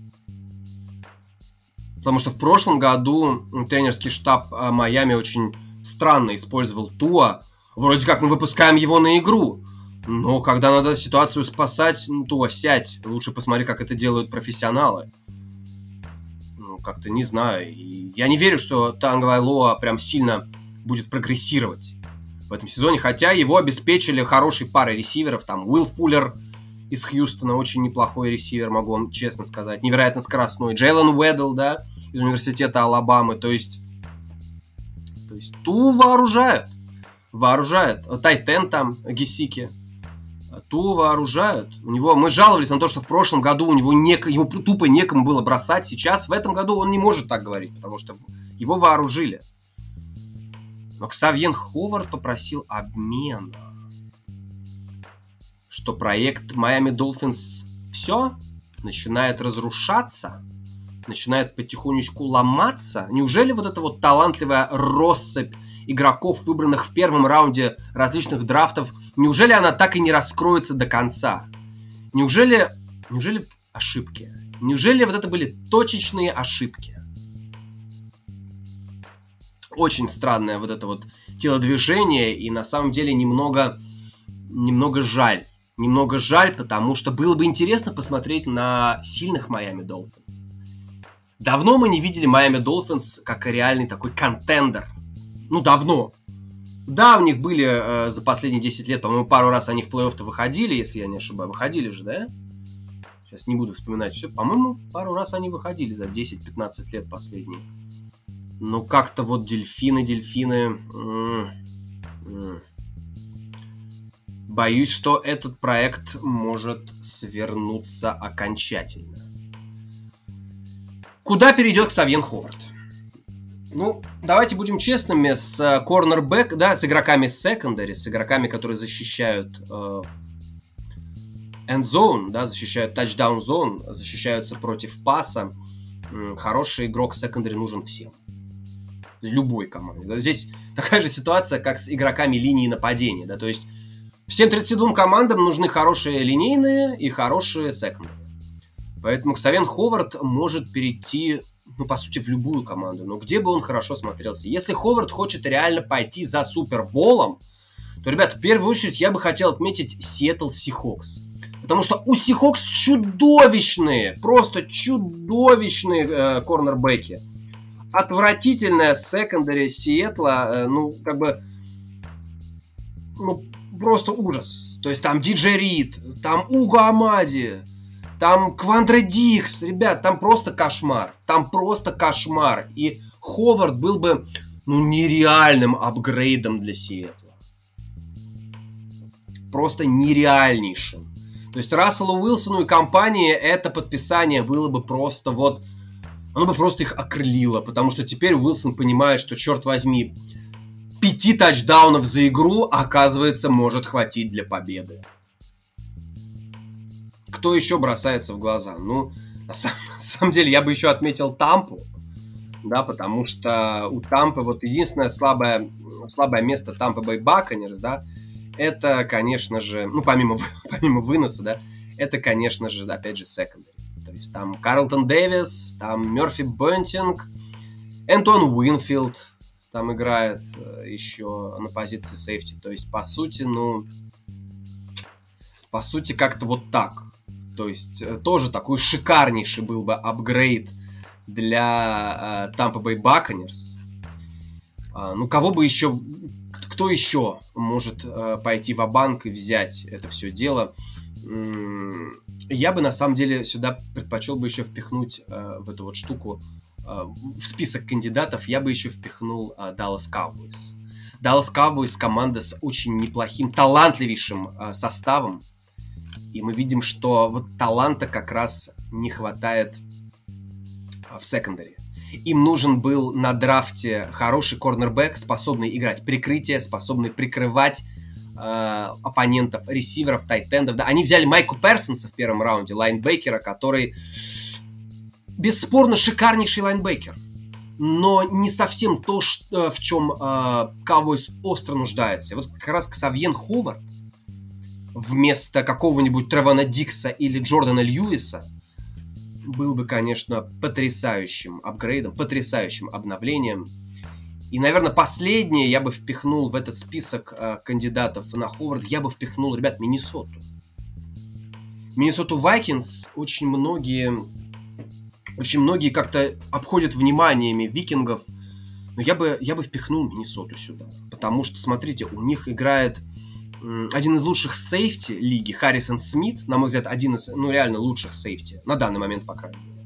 Speaker 2: Потому что в прошлом году тренерский штаб Майами очень странно использовал Туа. Вроде как мы выпускаем его на игру. Но когда надо ситуацию спасать, ну, Туа, сядь. Лучше посмотри, как это делают профессионалы. Ну, как-то не знаю. И я не верю, что Таговаилоа прям сильно будет прогрессировать в этом сезоне. Хотя его обеспечили хорошей парой ресиверов. Там Уилл Фуллер из Хьюстона, очень неплохой ресивер, могу вам честно сказать. Невероятно скоростной. Джейлен Уэддл, да, из университета Алабамы. То есть, то есть Ту вооружают. Вооружают. Тайтен там, Гесики. Ту вооружают. У него, мы жаловались на то, что в прошлом году у него не, ему тупо некому было бросать. Сейчас, в этом году он не может так говорить, потому что его вооружили. Но Ксавьен Ховард попросил обмена. Что проект Miami Dolphins все начинает разрушаться, начинает потихонечку ломаться. Неужели вот эта вот талантливая россыпь игроков, выбранных в первом раунде различных драфтов, неужели она так и не раскроется до конца? Неужели, неужели ошибки? Неужели вот это были точечные ошибки? Очень странное вот это вот телодвижение, и на самом деле немного, немного жаль. Немного жаль, потому что было бы интересно посмотреть на сильных Miami Dolphins. Давно мы не видели Miami Dolphins как реальный такой контендер. Ну, давно. Да, у них были э, за последние десять лет, по-моему, пару раз они в плей-офф-то выходили, если я не ошибаюсь. Выходили же, да? Сейчас не буду вспоминать все. По-моему, пару раз они выходили за десять-пятнадцать лет последние. Ну, как-то вот дельфины, дельфины... М-м-м. Боюсь, что этот проект может свернуться окончательно. Куда перейдет Ксавьен Ховард? Ну, давайте будем честными с корнербэк, да, с игроками секондари, с игроками, которые защищают э, end zone, да, защищают touchdown zone, защищаются против паса. М, хороший игрок секондари нужен всем. Любой команде. Здесь такая же ситуация, как с игроками линии нападения, да, то есть всем тридцати двум командам нужны хорошие линейные и хорошие секондари. Поэтому Ксавьен Ховард может перейти, ну, по сути, в любую команду. Но где бы он хорошо смотрелся? Если Ховард хочет реально пойти за Суперболом, то, ребят, в первую очередь я бы хотел отметить Сиэтл Сихокс. Потому что у Сихокс чудовищные, просто чудовищные э, корнербеки. Отвратительная секондари Сиэтла, э, ну, как бы, ну, просто ужас. То есть там Диджей Рид, там Уго Амади, там Квандре Дикс. Ребят, там просто кошмар. Там просто кошмар. И Ховард был бы, ну, нереальным апгрейдом для Сиэтла. Просто нереальнейшим. То есть Расселу Уилсону и компании это подписание было бы просто вот... Оно бы просто их окрылило. Потому что теперь Уилсон понимает, что, черт возьми, пяти тачдаунов за игру, оказывается, может хватить для победы. Кто еще бросается в глаза? Ну, на самом, на самом деле, я бы еще отметил Тампу. Да, потому что у Тампы вот единственное слабое, слабое место Тампа Бэй Баконерс, да, это, конечно же, ну, помимо, помимо выноса, да, это, конечно же, опять же, секондари. То есть там Карлтон Дэвис, там Мерфи Бонтинг, Энтон Уинфилд там играет еще на позиции сейфти. То есть, по сути, ну, по сути, как-то вот так. То есть, тоже такой шикарнейший был бы апгрейд для Tampa Bay Buccaneers. Uh, ну, кого бы еще... Кто еще может uh, пойти ва-банк и взять это все дело? Mm, я бы, на самом деле, сюда предпочел бы еще впихнуть uh, в эту вот штуку, uh, в список кандидатов, я бы еще впихнул uh, Dallas Cowboys. Dallas Cowboys команда с очень неплохим, талантливейшим uh, составом. И мы видим, что вот таланта как раз не хватает в секондаре. Им нужен был на драфте хороший корнербэк, способный играть прикрытие, способный прикрывать э, оппонентов, ресиверов, тайтендов. Да, они взяли Майку Персонса в первом раунде, лайнбекера, который бесспорно шикарнейший лайнбекер. но не совсем то, что, в чем э, Cowboys остро нуждается. И вот как раз Ксавьен Ховард вместо какого-нибудь Тревона Дикса или Джордана Льюиса был бы, конечно, потрясающим апгрейдом, потрясающим обновлением. И, наверное, последнее я бы впихнул в этот список э, кандидатов на Ховард, я бы впихнул, ребят, Миннесоту. Миннесоту Вайкингс очень многие, очень многие как-то обходят вниманиями викингов, но я бы, я бы впихнул Миннесоту сюда, потому что, смотрите, у них играет м, один из лучших сейфти лиги, Харрисон Смит, на мой взгляд, один из, ну, реально лучших сейфти, на данный момент, по крайней мере.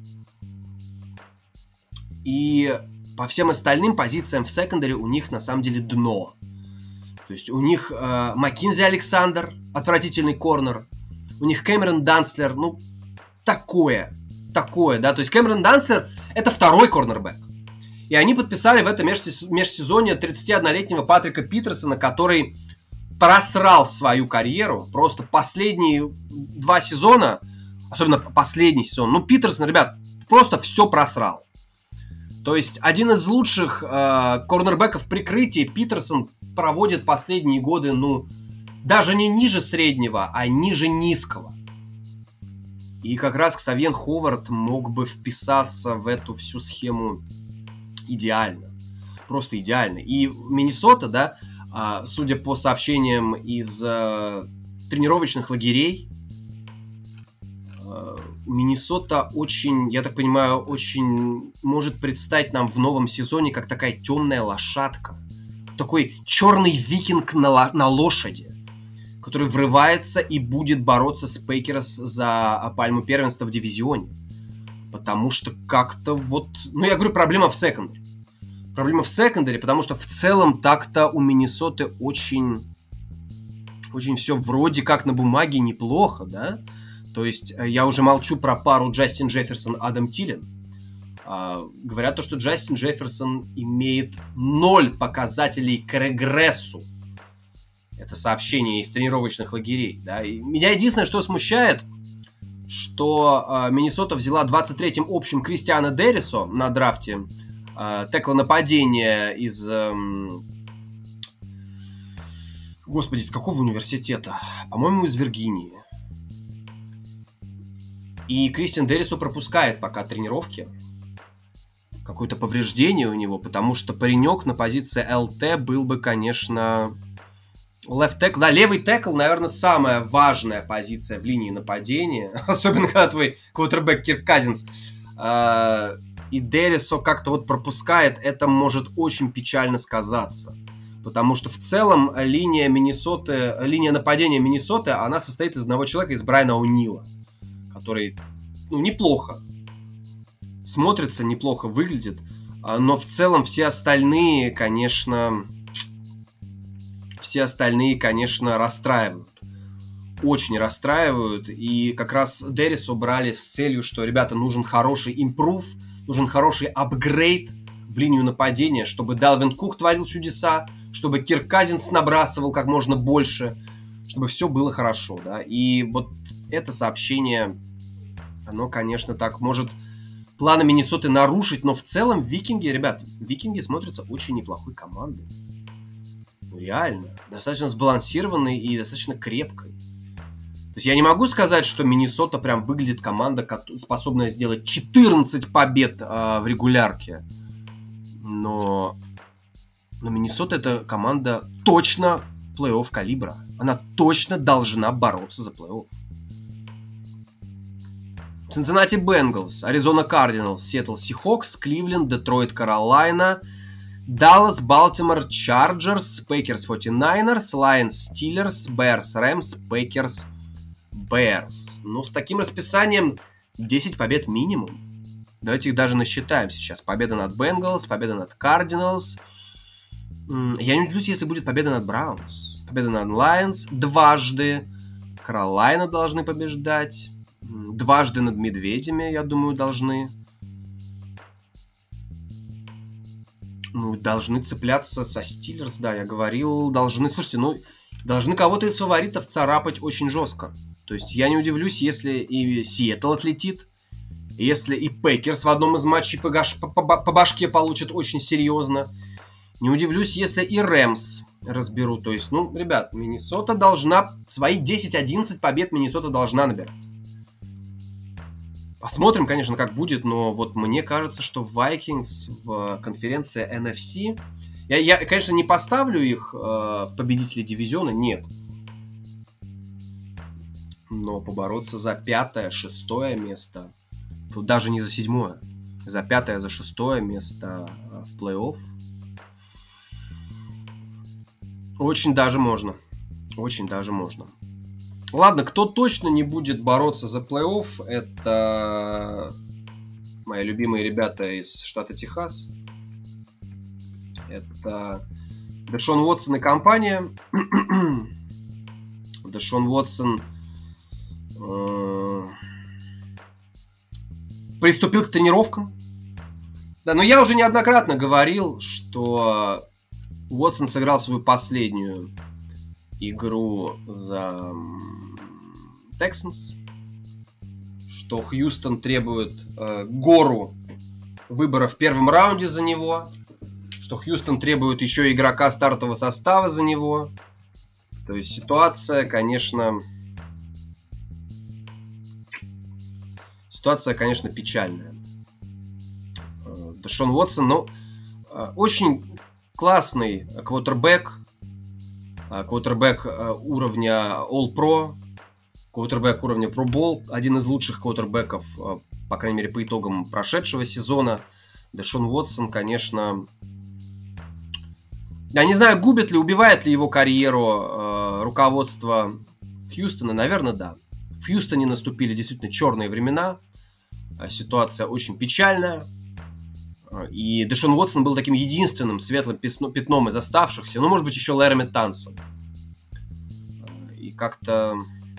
Speaker 2: И по всем остальным позициям в секондаре у них, на самом деле, дно. То есть у них э, Маккинзи Александр, отвратительный корнер, у них Кэмерон Данслер, ну, такое, такое, да, то есть Кэмерон Данслер — это второй корнербэк. И они подписали в этом межсезонье тридцатиоднолетнего Патрика Питерсона, который просрал свою карьеру, просто последние два сезона, особенно последний сезон, ну, Питерсон, ребят, просто все просрал. То есть один из лучших э, корнербэков прикрытия Питерсон проводит последние годы, ну, даже не ниже среднего, а ниже низкого. И как раз Ксавьен Ховард мог бы вписаться в эту всю схему идеально. Просто идеально. И Миннесота, да, э, судя по сообщениям из э, тренировочных лагерей, э, Миннесота очень, я так понимаю, очень может предстать нам в новом сезоне как такая темная лошадка. Такой черный викинг на, ло- на лошади, который врывается и будет бороться с Пейкерс за пальму первенства в дивизионе. Потому что как-то вот... Ну, я говорю, проблема в секондаре. Проблема в секондаре, потому что в целом так-то у Миннесоты очень... Очень все вроде как на бумаге неплохо, да? То есть я уже молчу про пару Джастин Джефферсон, Адам Тилен. А, говорят то, что Джастин Джефферсон имеет ноль показателей к регрессу. Это сообщение из тренировочных лагерей. Да? И меня единственное, что смущает, что а, Миннесота взяла двадцать третьим общим Кристиана Деррисо на драфте, а, текла нападения из... Ам... Господи, с какого университета? По-моему, из Виргинии. И Кристиан Деррисо пропускает пока тренировки. Какое-то повреждение у него, потому что паренек на позиции эл ти был бы, конечно... Left tackle, да, левый текл, наверное, самая важная позиция в линии нападения. Особенно, когда твой квотербэк Кирк Казинс. И Деррисо как-то вот пропускает. Это может очень печально сказаться. Потому что в целом линия Миннесоты, линия нападения Миннесоты, она состоит из одного человека, из Брайана О'Нила, который, ну, неплохо смотрится, неплохо выглядит, но в целом все остальные, конечно, все остальные, конечно, расстраивают. Очень расстраивают, и как раз Деррисо брали с целью, что, ребята, нужен хороший импрув, нужен хороший апгрейд в линию нападения, чтобы Далвин Кук творил чудеса, чтобы Кирк Казинс набрасывал как можно больше, чтобы все было хорошо, да, и вот это сообщение, оно, конечно, так может планы Миннесоты нарушить, но в целом викинги, ребят, викинги смотрятся очень неплохой командой. Ну, реально. Достаточно сбалансированной и достаточно крепкой. То есть я не могу сказать, что Миннесота прям выглядит команда, способная сделать четырнадцать побед э, в регулярке. Но... но Миннесота — это команда точно плей-офф калибра. Она точно должна бороться за плей-офф. Cincinnati Bengals, Arizona Cardinals, Seattle Seahawks, Cleveland, Detroit, Carolina, Dallas, Baltimore, Chargers, Packers, форти найнерс, Lions, Steelers, Bears, Rams, Packers, Bears. Ну, с таким расписанием десять побед минимум. Давайте их даже насчитаем сейчас. Победа над Bengals, победа над Cardinals. Я не удивлюсь, если будет победа над Browns. Победа над Lions дважды. Carolina должны побеждать. Дважды над Медведями, я думаю, должны. Ну, должны цепляться со Стиллерс, да, я говорил. Должны, слушайте, ну, должны кого-то из фаворитов царапать очень жестко. То есть я не удивлюсь, если и Сиэтл отлетит, Если и Пекерс в одном из матчей по, гаш... по, по, по башке получат очень серьезно, не удивлюсь, если и Рэмс разберут. То есть, ну, ребят, Миннесота должна... Свои десять-одиннадцать побед Миннесота должна набирать. Посмотрим, конечно, как будет, но вот мне кажется, что Vikings в конференции эн эф си... Я, я конечно, не поставлю их э, в победители дивизиона, нет. Но побороться за пятое, шестое место, тут даже не за седьмое, за пятое, за шестое место в плей-офф, очень даже можно. Очень даже можно. Ладно, кто точно не будет бороться за плей-офф, это мои любимые ребята из штата Техас. Это Дэшон Уотсон и компания. Дэшон Уотсон э, приступил к тренировкам. Да, но я уже неоднократно говорил, что Уотсон сыграл свою последнюю игру за Texans, что Хьюстон требует э, гору выбора в первом раунде за него, что Хьюстон требует еще игрока стартового состава за него. То есть ситуация, конечно, ситуация, конечно, печальная. Дэшон Уотсон, ну, очень классный квотербэк, квотербэк уровня All-Pro, квотербэк уровня Pro Bowl, один из лучших квотербэков, по крайней мере, по итогам прошедшего сезона. Дэшон Уотсон, конечно, я не знаю, губит ли, убивает ли его карьеру э, руководство Хьюстона, наверное, да. В Хьюстоне наступили действительно черные времена, ситуация очень печальная, и Дэшон Уотсон был таким единственным светлым пятном из оставшихся, ну, может быть, еще Лэрами Тансон. И как-то,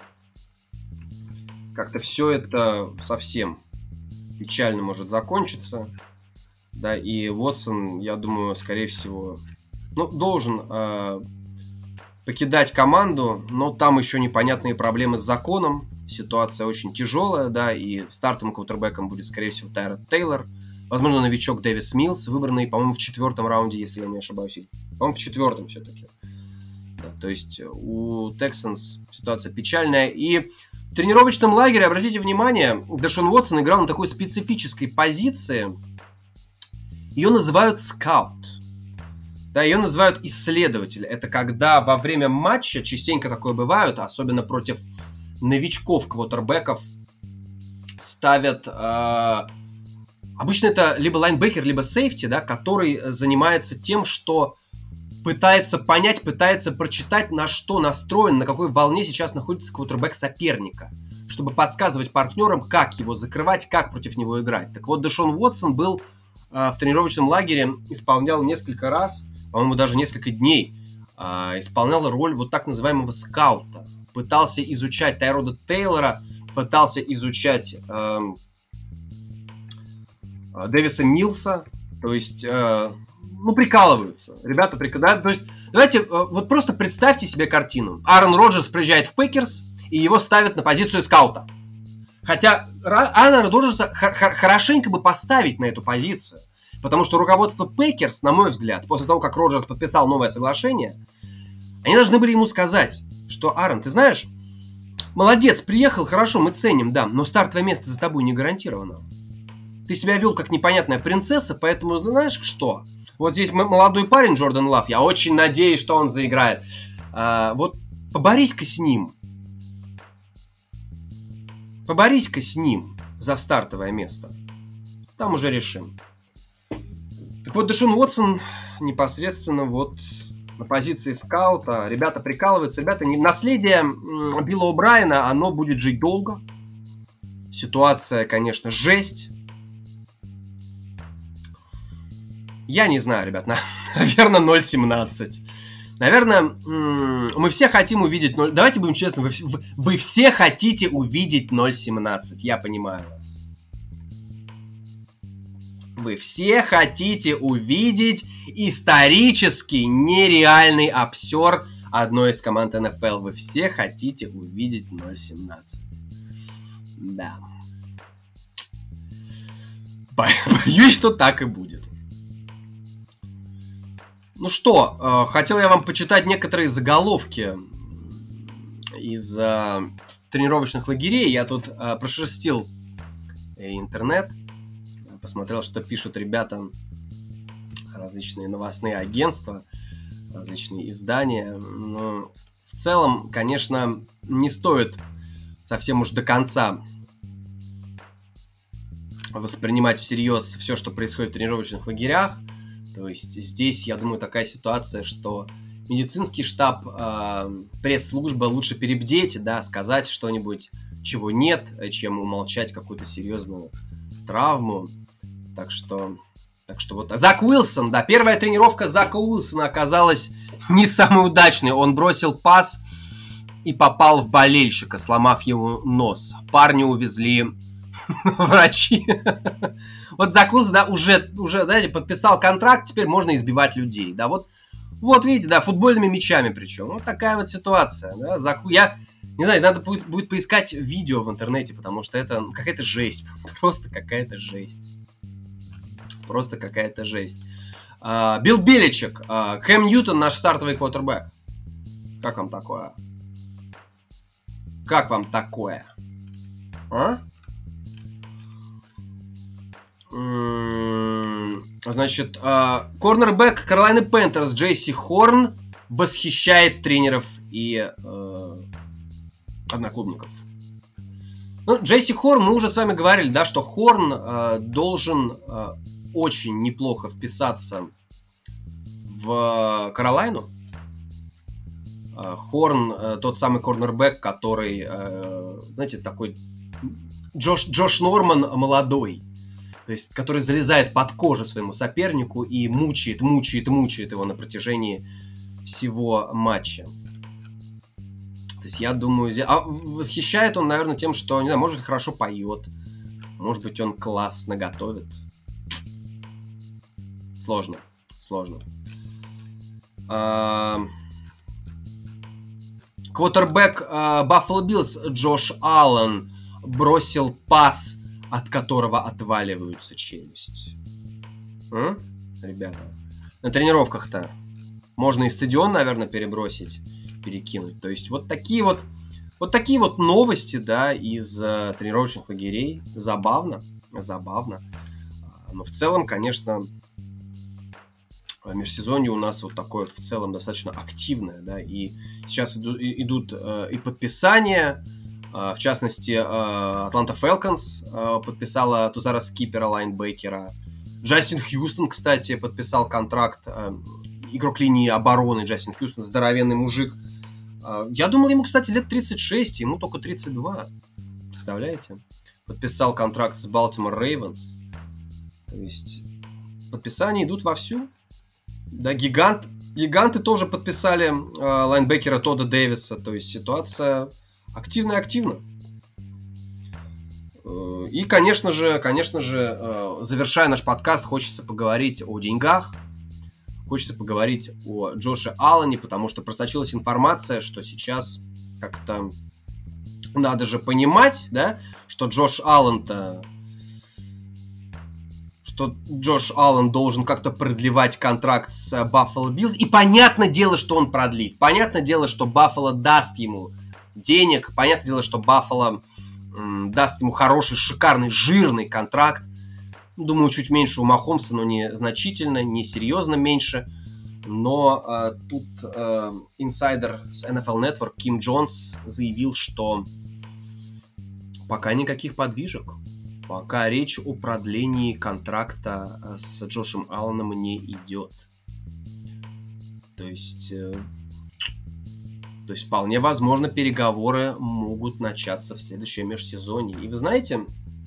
Speaker 2: как-то все это совсем печально может закончиться, да, и Уотсон, я думаю, скорее всего, ну, должен э, покидать команду, но там еще непонятные проблемы с законом, ситуация очень тяжелая, да, и стартовым квотербэком будет, скорее всего, Тайрод Тейлор, возможно, новичок Дэвис Милс, выбранный, по-моему, в четвертом раунде, если я не ошибаюсь, по-моему, в четвертом все-таки. Да, то есть у Texans ситуация печальная, и в тренировочном лагере, обратите внимание, Дэшон Уотсон играл на такой специфической позиции, ее называют скаут. Да, ее называют исследователь. Это когда во время матча, частенько такое бывает, особенно против новичков-квотербеков, ставят... Э, обычно это либо лайнбекер, либо сейфти, да, который занимается тем, что пытается понять, пытается прочитать, на что настроен, на какой волне сейчас находится квотербек соперника, чтобы подсказывать партнерам, как его закрывать, как против него играть. Так вот, Дэшон Уотсон был э, в тренировочном лагере, исполнял несколько раз, по-моему, даже несколько дней, э, исполнял роль вот так называемого скаута. Пытался изучать Тайрода Тейлора, пытался изучать э, Дэвиса Милса, то есть, э, ну, прикалываются. Ребята прикалываются. То есть, давайте, э, вот просто представьте себе картину. Аарон Роджерс приезжает в Пекерс, и его ставят на позицию скаута. Хотя Аарона Роджерса х- х- хорошенько бы поставить на эту позицию. Потому что руководство Пекерс, на мой взгляд, после того, как Роджерс подписал новое соглашение, они должны были ему сказать, что, Аарон, ты знаешь, молодец, приехал, хорошо, мы ценим, да, но стартовое место за тобой не гарантировано. Ты себя вел как непонятная принцесса, поэтому знаешь что? Вот здесь молодой парень Джордан Лав, я очень надеюсь, что он заиграет. А, вот поборись-ка с ним. Поборись-ка с ним за стартовое место. Там уже решим. Так вот, Дэшон Уотсон непосредственно вот на позиции скаута. Ребята прикалываются. Ребята, не... наследие Билла О'Брайена, оно будет жить долго. Ситуация, конечно, жесть. Я не знаю, ребят, наверное, ноль семнадцать. Наверное, мы все хотим увидеть ноль... Давайте будем честны, вы, вы, вы все хотите увидеть ноль семнадцать. Я понимаю вас. Вы все хотите увидеть исторический нереальный обсер одной из команд эн эф эл. Вы все хотите увидеть ноль семнадцать. Да. Боюсь, что так и будет. Ну что, хотел я вам почитать некоторые заголовки из тренировочных лагерей. Я тут прошерстил интернет, посмотрел, что пишут ребята, различные новостные агентства, различные издания. Но в целом, конечно, не стоит совсем уж до конца воспринимать всерьез все, что происходит в тренировочных лагерях. То есть здесь, я думаю, такая ситуация, что медицинский штаб, э, пресс-служба лучше перебдеть, да, сказать что-нибудь, чего нет, чем умолчать какую-то серьезную травму. Так что, так что вот. Зак Уилсон, да, первая тренировка Зака Уилсона оказалась не самой удачной. Он бросил пас и попал в болельщика, сломав ему нос. Парня увезли врачи. Вот Зак Уилсон, да, уже, уже, знаете, подписал контракт, теперь можно избивать людей, да, вот, вот видите, да, футбольными мячами причем. Вот такая вот ситуация, да, Зак... Я, не знаю, надо будет, будет поискать видео в интернете, потому что это какая-то жесть, просто какая-то жесть. Просто какая-то жесть. Uh, Билл Беличек, uh, Кэм Ньютон, наш стартовый квотербэк. Как вам такое? Как вам такое? А? Значит, корнербэк Каролайны Пантерс Джейси Хорн восхищает тренеров и э, одноклубников. Ну, Джейси Хорн, мы уже с вами говорили, да, что Хорн э, должен э, очень неплохо вписаться в Каролайну. Э, Хорн э, тот самый корнербэк, который, э, знаете, такой Джош, Джош Норман молодой. То есть, который залезает под кожу своему сопернику и мучает, мучает, мучает его на протяжении всего матча. То есть, я думаю... А восхищает он, наверное, тем, что, не знаю, может быть, хорошо поет. Может быть, он классно готовит. Сложно. Сложно. Квотербэк Buffalo Bills Джош Аллен бросил пас, от которого отваливаются челюсти. М? Ребята, на тренировках-то можно и стадион, наверное, перебросить, перекинуть. То есть вот такие вот, вот такие вот новости, да, из uh, тренировочных лагерей. Забавно, забавно. Но в целом, конечно, межсезонье у нас вот такое в целом достаточно активное, да, и сейчас идут, идут uh, и подписания. В частности, Атланта Фэлконс подписала Тузара Скипера, лайнбекера. Джастин Хьюстон, кстати, подписал контракт. Игрок линии обороны Джастин Хьюстон, здоровенный мужик. Я думал, ему, кстати, лет тридцать шесть, ему только тридцать два. Представляете? Подписал контракт с Балтимор Рейвенс. То есть подписания идут вовсю. Да, гигант, гиганты тоже подписали лайнбекера Тодда Дэвиса. То есть ситуация... Активно и активно. И, конечно же, конечно же, завершая наш подкаст, хочется поговорить о деньгах. Хочется поговорить о Джоше Аллене, потому что просочилась информация, что сейчас как-то надо же понимать, да, что Джош Аллен-то... что Джош Аллен должен как-то продлевать контракт с Buffalo Bills. И понятное дело, что он продлит. Понятное дело, что Buffalo даст ему денег. Понятное дело, что Баффало м, даст ему хороший, шикарный, жирный контракт. Думаю, чуть меньше у Махомса, но не значительно, не серьезно меньше. Но э, тут э, инсайдер с эн эф эл Network Ким Джонс заявил, что пока никаких подвижек. Пока речь о продлении контракта с Джошем Алленом не идет. То есть... Э, То есть, вполне возможно, переговоры могут начаться в следующем межсезонье. И вы знаете,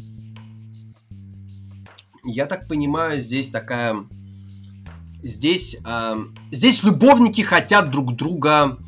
Speaker 2: я так понимаю, здесь такая... Здесь, э, здесь любовники хотят друг друга...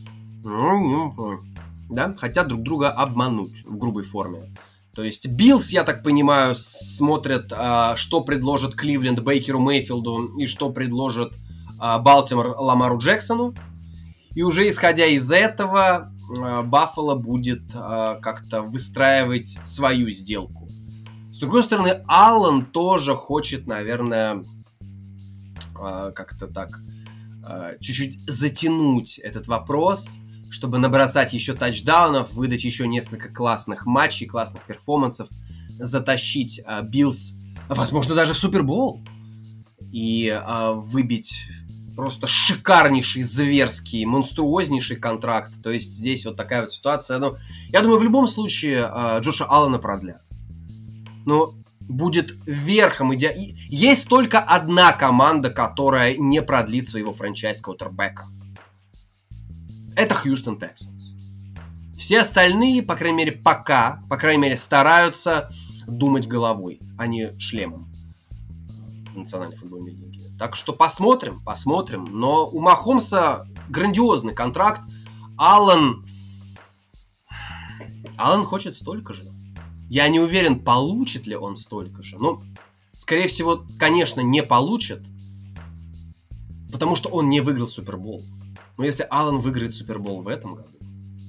Speaker 2: Да, хотят друг друга обмануть в грубой форме. То есть, Биллс, я так понимаю, смотрят, э, что предложит Кливленд Бейкеру Мейфилду и что предложит э, Балтимор Ламару Джексону. И уже исходя из этого, Баффало будет э, как-то выстраивать свою сделку. С другой стороны, Аллен тоже хочет, наверное, как-то так чуть-чуть затянуть этот вопрос, чтобы набросать еще тачдаунов, выдать еще несколько классных матчей, классных перформансов, затащить Биллс, возможно, даже в Супербол и выбить просто шикарнейший, зверский, монструознейший контракт. То есть здесь вот такая вот ситуация. Но я думаю, в любом случае Джоша Аллена продлят. Но будет верхом идея. Есть только одна команда, которая не продлит своего франчайз-квотербека. Это Хьюстон Texans. Все остальные, по крайней мере, пока, по крайней мере, стараются думать головой, а не шлемом в Национальной футбольной лиге. Так что посмотрим, посмотрим. Но у Махомса грандиозный контракт. Аллен... Аллен хочет столько же. Я не уверен, получит ли он столько же. Ну, скорее всего, конечно, не получит. Потому что он не выиграл Супербол. Но если Аллен выиграет Супербол в этом году...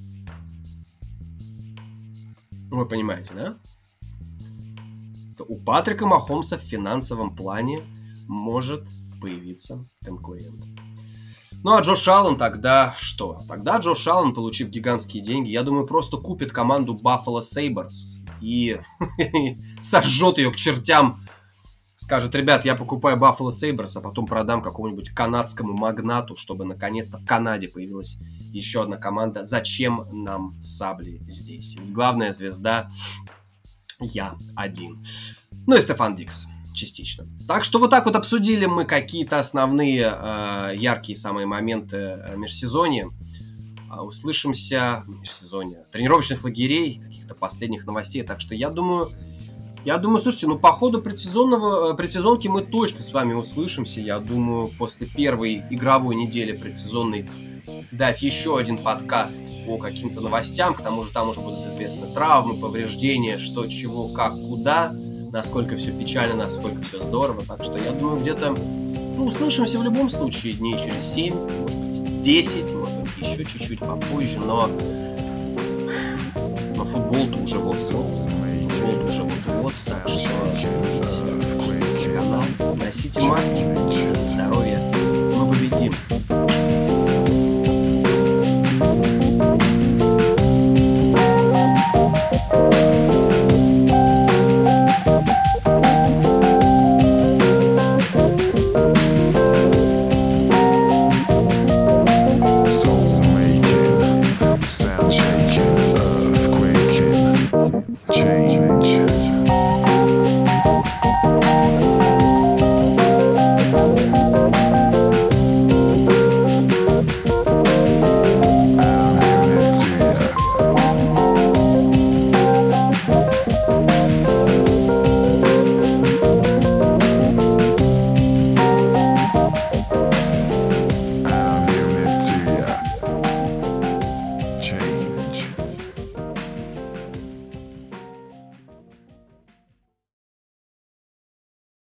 Speaker 2: Вы понимаете, да? То у Патрика Махомса в финансовом плане может появиться конкурент. Ну а Джош Аллен тогда что? Тогда Джош Аллен, получив гигантские деньги, я думаю, просто купит команду Buffalo Sabres и сожжет ее к чертям. Скажет: ребят, я покупаю Buffalo Sabres, а потом продам какому-нибудь канадскому магнату, чтобы наконец-то в Канаде появилась еще одна команда. Зачем нам сабли здесь? Главная звезда я один. Ну и Стефан Дикс частично. Так что вот так вот обсудили мы какие-то основные э, яркие самые моменты э, межсезонья. Э, услышимся в межсезонье тренировочных лагерей, каких-то последних новостей. Так что я думаю, я думаю, слушайте, ну по ходу предсезонного, предсезонки мы точно с вами услышимся. Я думаю, после первой игровой недели предсезонной дать еще один подкаст по каким-то новостям. К тому же там уже будут известны травмы, повреждения, что, чего, как, куда, насколько все печально, насколько все здорово. Так что я думаю, где-то ну, услышимся в любом случае дней через семь, может быть десять, может быть еще чуть-чуть попозже, но, но футбол-то уже вот-вот. Футбол-то уже вот-вот, так что канал, носите маски.